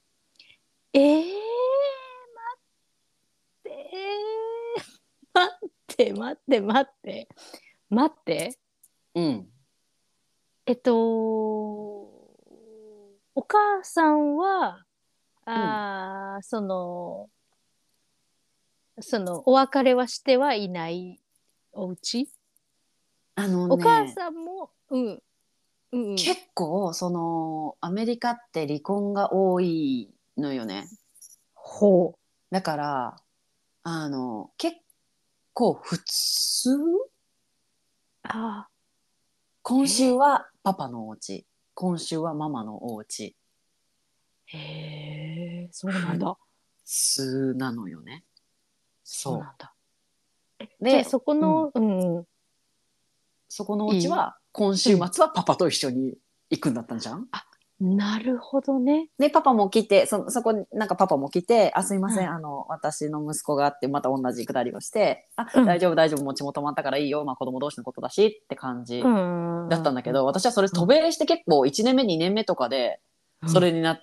待ってお母さんはそのお別れはしてはいないお家？お母さんも結構アメリカって離婚が多いのよね。だから結構普通。今週はパパのお家、今週はママのお家。 そうなんだ。 普通なのよね。 そうなんだ。 でそこのそこのお家は今週末はパパと一緒に行くんだったんじゃん。 なるほどね。 でパパも来てそこになんかパパも来てすいません、私の息子があってまた同じくだりをして大丈夫もう血も止まったからいいよ、子供同士のことだしって感じだったんだけど、私はそれ渡米して結構1年目2年目とかでそれになって、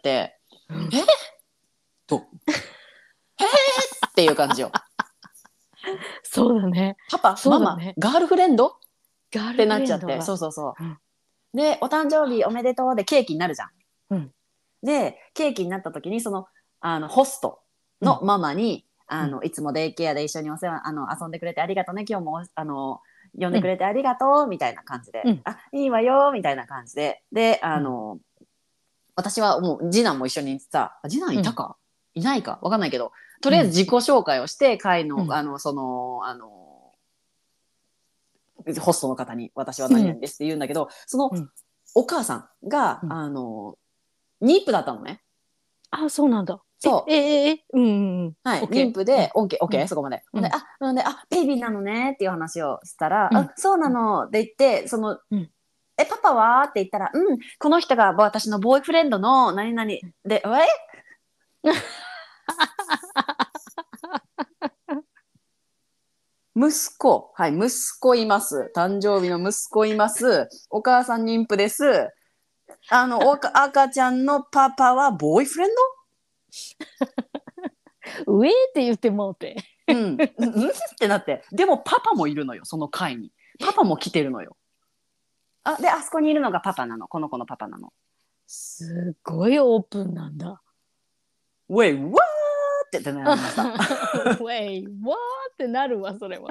っていう感じよ。 そうだね。 パパ、ママ、ガールフレンドってなっちゃって。そう。で、お誕生日おめでとうでケーキになるじゃん。で、ケーキになった時にホストのママに、いつもデイケアで一緒にお世話遊んでくれてありがとうね、今日も呼んでくれてありがとうみたいな感じで、いいわよみたいな感じで、で私はもう次男も一緒にさ、次男いたか、いないか分かんないけど、とりあえず自己紹介をして会の、ホストの方に私は何々ですって言うんだけど、そのお母さんが、妊婦だったのね。 そうなんだ。 そう。妊婦で OK、そこまで。でベイビーなのねっていう話をしたら、そうなのって言ってパパはって言ったら、この人が私のボーイフレンドの何々で、 息子、はい、息子います。誕生日の息子います。お母さん妊婦です。赤ちゃんのパパはボーイフレン上って言ってもうて。 ドってなって。でもパパもいるのよ、その会に。パパも来てるのよ。で、あそこにいるのがパパなの。この子のパパなの。 すごいオープンなんだ。 ウェイ、わーってなりました。 ウェイ、わーってなるわ、それは。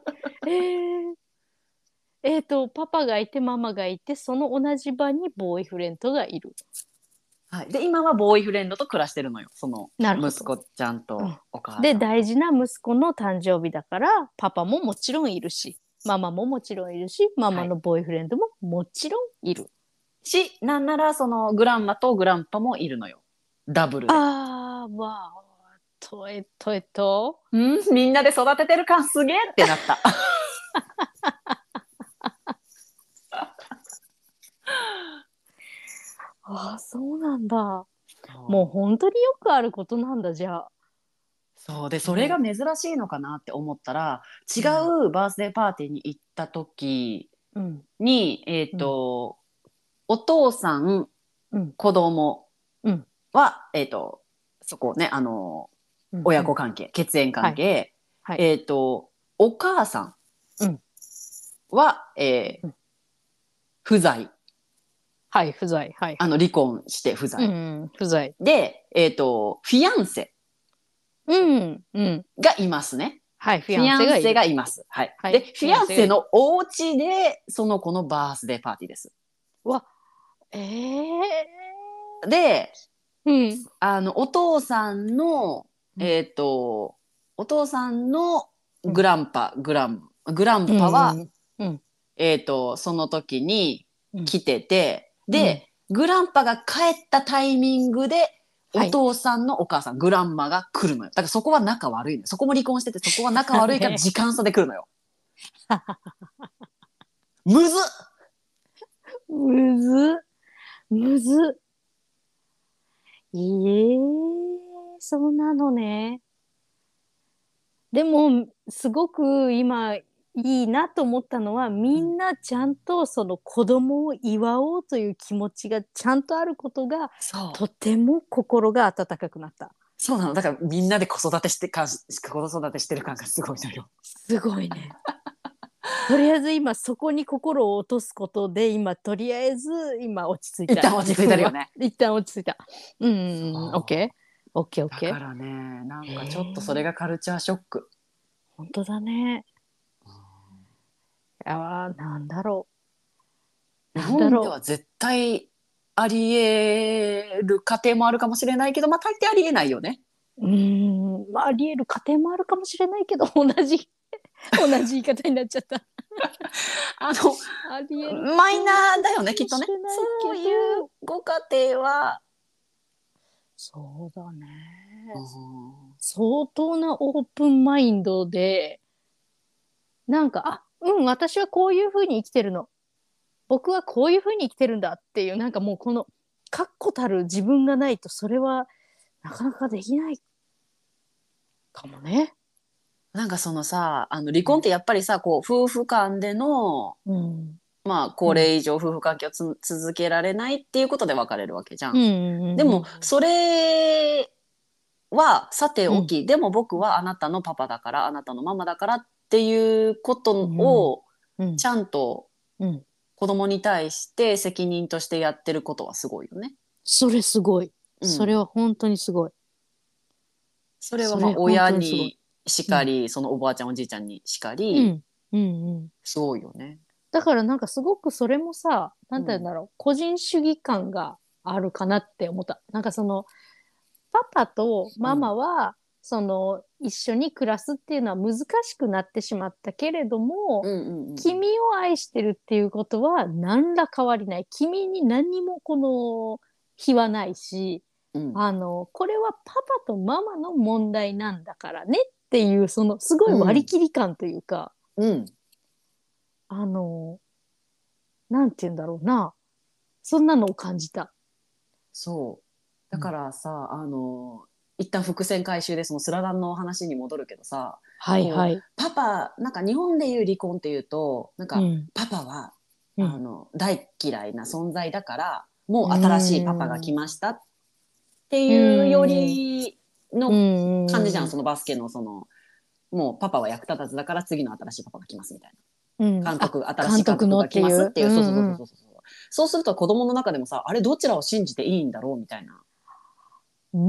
パパがいて、ママがいて、その同じ場にボーイフレンドがいる。 はい、で、今はボーイフレンドと暮らしてるのよ。その息子ちゃんとお母さんと。 で、大事な息子の誕生日だから、パパももちろんいるし、ママももちろんいるし、ママのボーイフレンドももちろんいる。 なんならそのグランマとグランパもいるのよ。ダブルで。 あー、わー、 みんなで育ててる感すげえってなった。 ああ、そうなんだ。もう本当によくあることなんだ、じゃあ。 そうで、それが珍しいのかなって思ったら、違うバースデーパーティーに行った時に、お父さん、子供は、そこね、親子関係、血縁関係、お母さんは、不在。 はい、不在。はい。 離婚して不在。 不在。 で、フィアンセがいますね。 はい、フィアンセがいます。はい。で、フィアンセのお家で、その子のバースデーパーティーです。 わ、 で、お父さんの、お父さんのグランパは、その時に来てて、で、グランパが帰ったタイミングで、お父さんのお母さん、グランマが来るのよ。だからそこは仲悪いのよ。そこも離婚してて、そこは仲悪いから時間差で来るのよ。むずっむずむずそうなのね。でも、すごく今、いいなと思ったのは、みんなちゃんとその子供を祝おうという気持ちがちゃんとあることが、とても心が温かくなった。 そうなの。だからみんなで子育てしてる感がすごいのよ。 すごいね。とりあえず今そこに心を落とすことで今とりあえず今落ち着いた。 一旦落ち着いたるよね。 一旦落ち着いた。オッケー。 だからね、なんかちょっとそれがカルチャーショック。 本当だね。なんだろう。日本では絶対ありえる家庭もあるかもしれないけど、まあ大抵ありえないよね。 ありえる家庭もあるかもしれないけど同じ言い方になっちゃった。 ありえるマイナーだよねきっとね。そういうご家庭は。 そうだね。相当なオープンマインドで、なんか、私はこういうふうに生きてるの。僕はこういうふうに生きてるんだっていう、なんかもうこの、確固たる自分がないと、それはなかなかできないかもね。 なんかそのさ、離婚ってやっぱりさ、こう、夫婦間での、まあ、これ以上夫婦関係を続けられないっていうことで別れるわけじゃん。でも、それはさておき、でも僕はあなたのパパだから、あなたのママだからっていうことを、ちゃんと子供に対して責任としてやってることはすごいよね。 それすごい。それは本当にすごい。 それはまあ親にしかり、そのおばあちゃんおじいちゃんにしかり、すごいよね。 だからなんかすごくそれもさ、なんて言うんだろう、個人主義感があるかなって思った。なんかその、パパとママは、その、一緒に暮らすっていうのは難しくなってしまったけれども、君を愛してるっていうことは何ら変わりない。君に何にもこの非はないし、これはパパとママの問題なんだからねっていう、そのすごい割り切り感というか、なんて言うんだろうな。そんなのを感じた。 そう。だからさ、 一旦伏線回収でそのスラダンの話に戻るけどさ、 はいはい。 パパなんか日本でいう離婚っていうとなんか、 うん、 パパは、 うん、 大嫌いな存在だからもうう新しいパパがん、 来ましたってういうよん、 りうの感じじゃん。 ん、 そのバスケのもうパパは役立たずだから次の新しいパパが来ますみたいうん。 な。 あ、 新しい監監督の督が来っていう。 ますっていう。そうそうそううん、うん。 そうそう。そうすると子供の中でもさ、あれどちらを信じていいんだろうみたいなうん、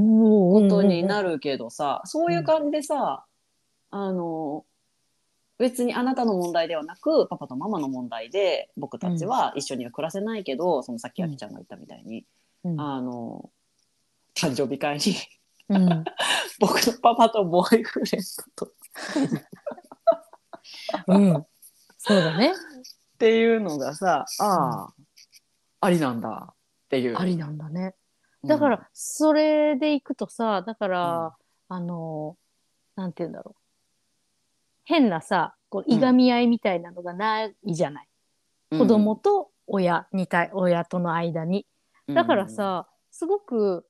こうん、 とにうん、 なるけどさ、そううん。 いう感じでさ、あの、別にあなたの問題ではなく、パパとママの問題で、僕たちうん、 は一緒には暮らせないけど、そのさっきうん、 あきちゃんが言ったみたいに、 うん、 あの、誕生日会にうん。 僕のパパとボーイフレンドとうん。そうだね。 っていうのがさ、 うん。 ありなんだっていう。 ありなんだね。 うん。 だから、それでいくとさ、だかうん。 ら、あの、なんて言うんだろう。変なさ、こう、いがうん。 み合いみたいなのがないじゃない。子供うん。 と親との間に。 うん。 だからうん。 さ、すごく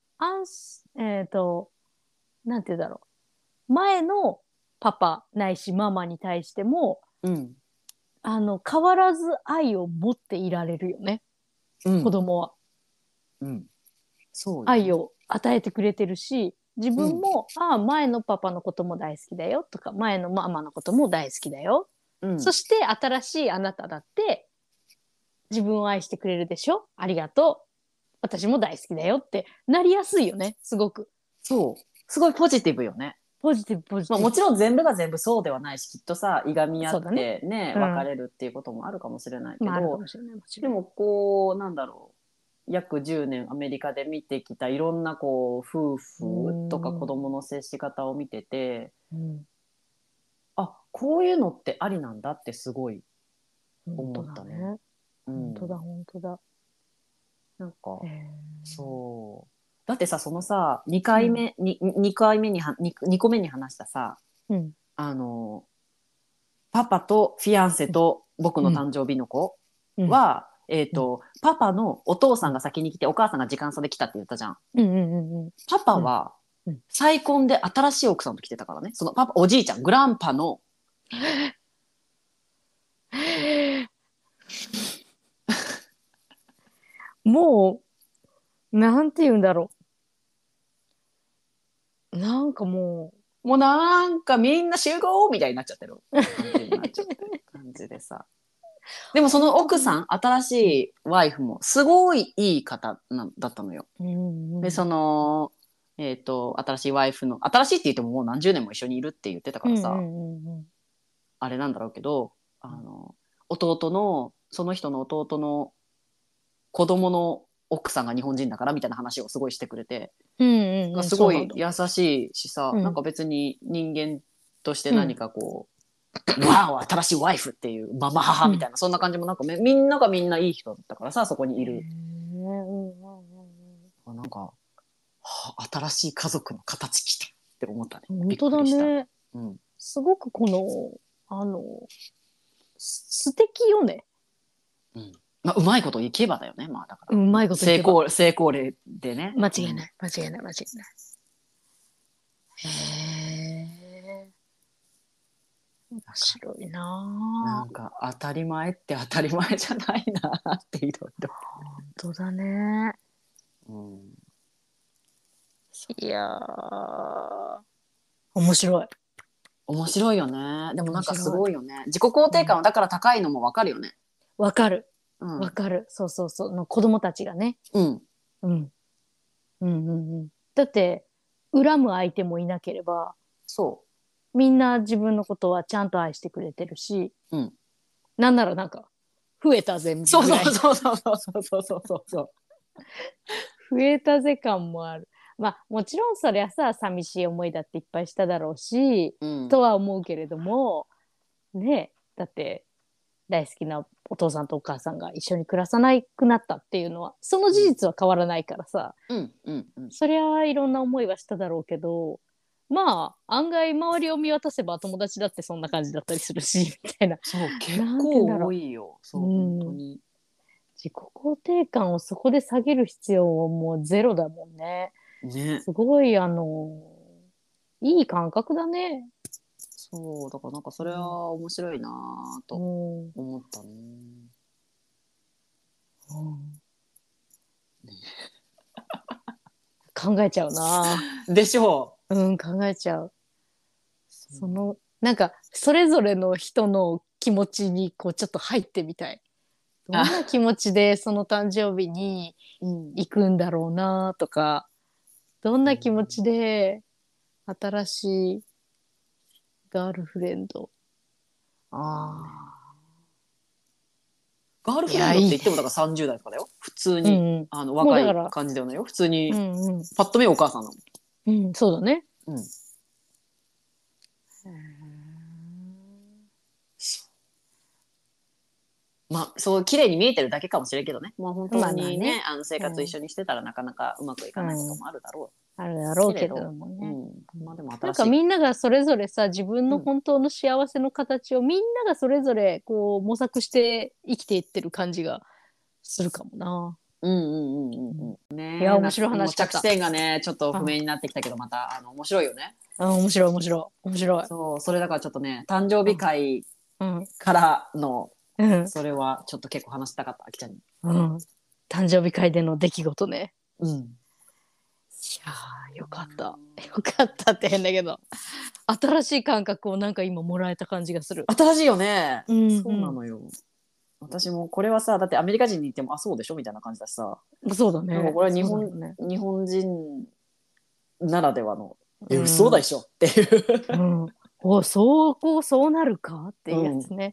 なんて言うんだろう。前のパパないしママに対しても、 うん。 変わらず愛を持っていられるよね。 うん。 子供は。 うん。そうよね。 愛を与えてくれてるし、自うん。 分も、ああ、前のパパのことも大好きだよとか、前のママのことも大好きだよ。 うん。 そして新しいあなただって自分を愛してくれるでしょ、ありがとう。私も大好きだよってなりやすいよね、すごく。 そう。すごいポジティブよね。 ポジティブ、ポジまあ、 ティブ。 もちろん全部が全部そうではないし、きっとさ、いがみ合っそうだね。 てね、 うん。 別れるっていうこともあるかもしれないけまあ、あるかど、 もしれない、もちろん。 でもなんだろう、約10年アメリカで見てきたいろんな夫うー婦とか子ん。 供の接し方を見てて、 うん。 こういうのってありなんだってすごい本当思ったね。 だね。 うん。 本当だ、本当だ。 なんか、 へえ。 そう。だってさ、そのさ、 うん。 2回目に2個目に話したさ、 うん。 あの、パパとフィアンセと僕うん。 の誕生日の子うん。 は、 うん。 パパのお父うん。 さんが先に来て、お母さんが時間差で来たって言ったじゃん。 うん。うん。うん。 パパうん。 は、 うん。 再婚で新しい奥さんと来てたからね。そのパパ、おじいちゃん、グランパの、 もう、なんて言うんだろう。なんかももうなんかみんな集合みたいになっちゃってる感じになっちゃってる感じでさ。でう、 もその本当だね。 奥さん、新しうん。 いワイフもすごいいい方だったのよ。 うん。うで、 ん。 新しいワイフの、新しいって言ってももう何十年も一緒にいるって言ってたうん。 からさ、 うん。 あれなんだろうけど、 うん。 その人の弟の子供の奥さんが日本人だからみたいな話をすごいしてくれて、 うん。うん。 すそうなんだ。 ごい優しいしさ、なんうん。 か別に人間としてうん。 何かわお、新しいワイフっていうママ母うん。 みたいな、そんな感じもなんかみんながみんないい人だったからさ、そこにいへえ。 る。 うん。うん。 なんか、新しい家族の形きたって思ったね。びっ本当くりした。 だね。 うん。 すごくこの、あの、素敵よね。 うん。まあ、うまいこといけばだよね。まあ、だから、 うまいこといけば。 成功例でね。うん。 間違いない。間違いない。間違いない。へえ。面白いなぁ。 なんか、当たり前って当たり前じゃないなっていろいろ。 本当だね。 うん。 いやー、面白い。 面白いよね。でもなんかす面白い。 ごいよね。自己肯うん。 定感はだから高いのもわかるよね。 わかる。 うん。 わかる。そうそうそう。の子供たちがね。 うん。 うん。うんうんうん。だって、恨む相手もいなければ、 そみんな自分のことはちゃんと愛してくれてるし、 う。うん。 なんならなんか、増えたぜそうぐらいの。 そうそうそうそうそうそうそうそう。 増えたぜ感もある。まあ、もちろんそりゃさ、寂しい思いだっていっぱいしただろうし、 うん。 とは思うけれども、ね、だって大好きなお父さんとお母さんが一緒に暮らさなくなったっていうのは、その事うん。 実は変わらないからさ、 うん。うん。うん。 そりゃいろんな思いはしただろうけど、まあ、案外周りを見渡せば友達だってそんな感じだったりするし、みたいな。 そう、結なんて言うんだ構多ろいよ。 う。 そう、本当うん。 に。 自己肯定感をそこで下げる必要はもうゼロだもんね。 ね。 すごいいい感覚だね。 そうだからなんかそれは面白いなと思ったね。 考えちゃうな。 でしょ考えちゃう。 う。 なんかそれぞれの人の気持ちにこうちょっと入ってみたい。どんな気持ちでその誕生日に行くんだろうなとか、どんな気持ちで新しいガールフレンド。 ガールフレンドって言ってもだから30代とかだよ。普通に、若い感じだよね。普通に、パッと見お母さんなの。そうだね。 まあそう綺麗に見えてるだけかもしれんけどね。もう本当にね、生活一緒にしてたらなかなかうまくいかないこともあるだろう。 あるだろうけどもね。 まあでもなんかみんながそれぞれさ、自分の本当の幸せの形をみんながそれぞれこう模索して生きていってる感じがするかもな。 ね、 いや面白い話だった。 着地点がねちょっと不明になってきたけど、また面白いよね。 面白い。 そうそれだからちょっとね誕生日会からの、それはちょっと結構話したかったあきちゃんに。 誕生日会での出来事ね。 いやよかったって変だけど新しい感覚をなんか今もらえた感じがする。 新しいよね。そうなのよ。私もこれはさだってアメリカ人に言ってもそうでしょみたいな感じだしさ。 そうだね。 なんかこれは日本人ならではの嘘でしょっていうそうなるかっていうやつね。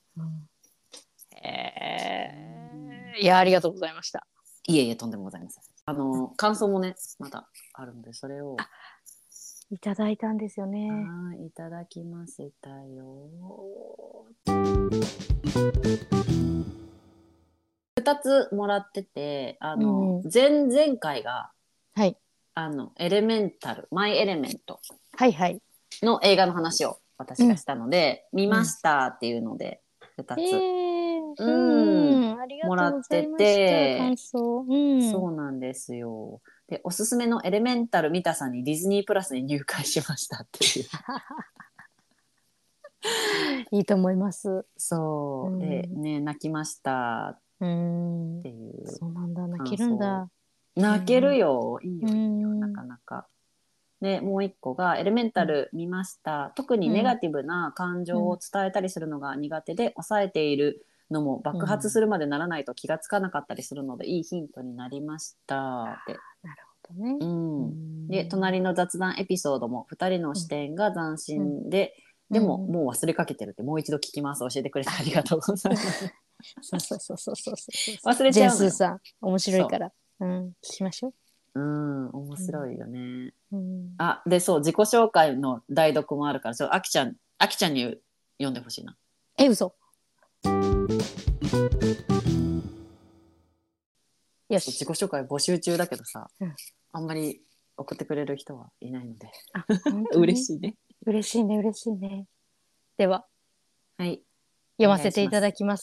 いやありがとうございました。 いえいえとんでもございません。感想もねまだあるのでそれをいただいたんですよね。 いただきましたよ。2つもらってて前々回が、エレメンタルマイエレメントの映画の話を私がしたので、見ましたっていうので2つ、もらってて、 感想、 そうなんですよ。でおすすめのエレメンタル見たさんにディズニープラスに入会しましたっていういいと思います。 そう、でね泣きましたっていう。 そうなんだ、泣けるんだ。 泣けるよ、いいよなかなか。でもう一個がエレメンタル見ました、特にネガティブな感情を伝えたりするのが苦手で、抑えているのも爆発するまでならないと気がつかなかったりするので、いいヒントになりましたって。 なるほどね。 で隣の雑談エピソードも2人の視点が斬新で、でももう忘れかけてるって、もう一度聞きます、教えてくれてありがとうございますそう忘れちゃうのよ。ジェンスーさん面白いから聞きましょう。 面白いよね。でそう自己紹介の代読もあるから、あきちゃんに読んでほしいな。 嘘。よし。 自己紹介募集中だけどさ、あんまり送ってくれる人はいないので嬉しいね。 嬉しいね。では、 読ませていただきます。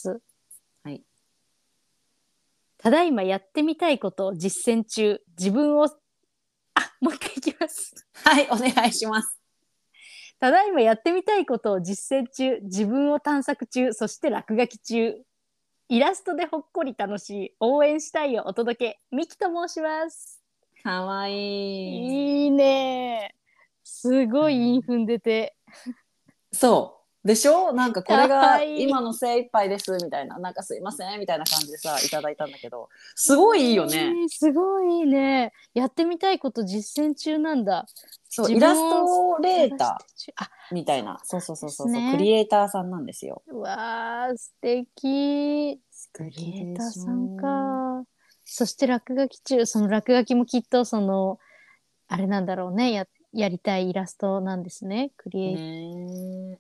ただいまやってみたいことを実践中、自分をもう一回いきます。 お願いします。 ただいまやってみたいことを実践中、自分を探索中、そして落書き中。イラストでほっこり楽しい、応援したいをお届け、ミキと申します。 かわいい。いいね。すごい韻踏んでて。 そうでしょ。なんかこれが今の精一杯ですみたいな、なんかすいませんみたいな感じでさいただいたんだけど、すごいいいよね。 すごいいいね。やってみたいこと実践中なんだ。 そうイラストレーターみたいな、そう、クリエイターさんなんですよ。 うわー素敵。クリエイターさんか。そして落書き中、その落書きもきっとそのあれなんだろうね、やりたいイラストなんですね。クリエイター。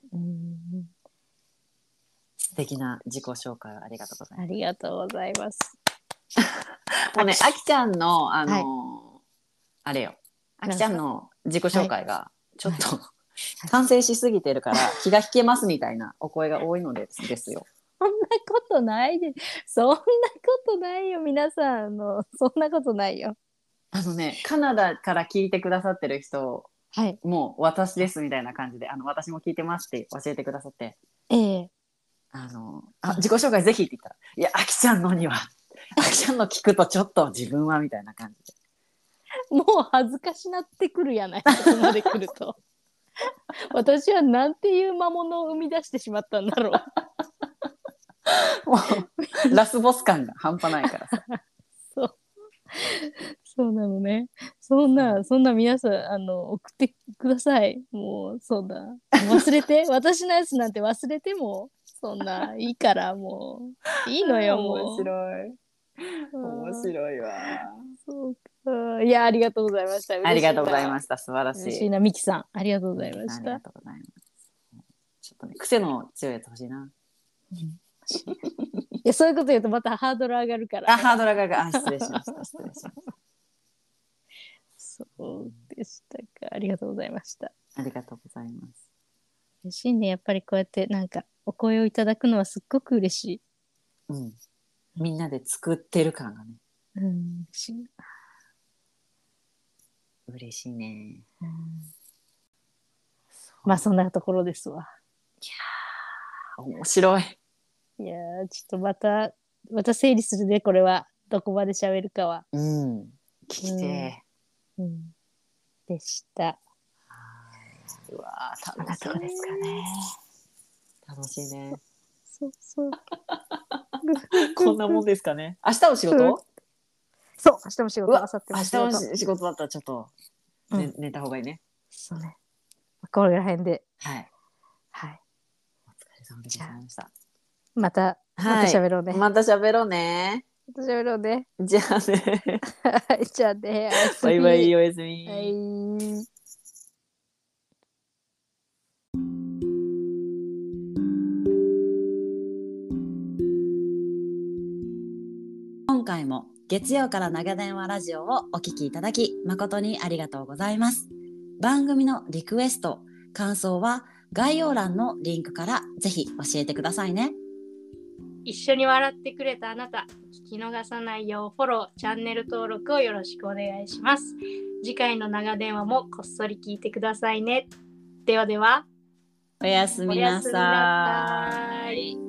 素敵な自己紹介をありがとうございます。 ありがとうございます。 もうね、あきちゃんのあれよ、あきちゃんの自己紹介がちょっと完成しすぎてるから気が引けますみたいなお声が多いのですよ。 そんなことないで、そんなことないよ皆さん、そんなことないよ。 カナダから聞いてくださってる人、 はい。 もう私ですみたいな感じで、私も聞いてますって教えてくださって、 ええ。 自己紹介ぜひって言ったら、いや、あきちゃんのには、あきちゃんの聞くとちょっと自分はみたいな感じで。 もう恥ずかしなってくるやない、ここまで来ると。私はなんていう魔物を生み出してしまったんだろう。 もう、ラスボス感が半端ないからさ。 そう。そうなのね。そんな皆さん、送ってください。もう、そんな。忘れて。私のやつなんて忘れても、そんな、いいから、もう。いいのよ、 面も白い。 う。 面白いわ。 そうか。いや、ありがとうございました。 ありがとうございしました。素晴らしい。 嬉しいな、ミキさん。ありがとうございまミキさん、ありがした。 とうございます。ちょっとね、癖の強いやつ欲しいな。 いや、そういうこと言うとまたハードル上がるから。 ハードルが、失礼しました。失礼しました。 そうでしたか。ありがとうございました。 ありがとうございます。 嬉しいね。やっぱりこうやってなんかお声をいただくのはすっごく嬉しい。 うん。みんなで作ってる感がね。 うん。嬉しい。 嬉しいね。 まあそんなところですわ。 面白い。 いやー、ちょっとまた整理するね、これは。どこまで喋るかは。 うん。聞きてでした。 うわー、 こんなとこですかね。 楽しいね。 そうそう。 こんなもんですかね。明日お仕事？ そう、明日も仕事、 うわ、 明後日明日も仕事。 の仕事だったらちょっと寝た方がいいね。 そうね。これら辺で。 はい。 はい。 お疲れ様でございました。 また喋ろうね。 また喋ろうね。 喋ろうね。 じゃあね。 じゃあね。 バイバイ、おやすみ。 はい。 今回も月曜から長電話ラジオをお聞きいただき誠にありがとうございます。番組のリクエスト、感想は概要欄のリンクからぜひ教えてくださいね。 一緒に笑ってくれたあなた、聞き逃さないようフォロー、チャンネル登録をよろしくお願いします。次回の長電話もこっそり聞いてくださいね。ではでは、 おやすみなさい。 おやすみなさい。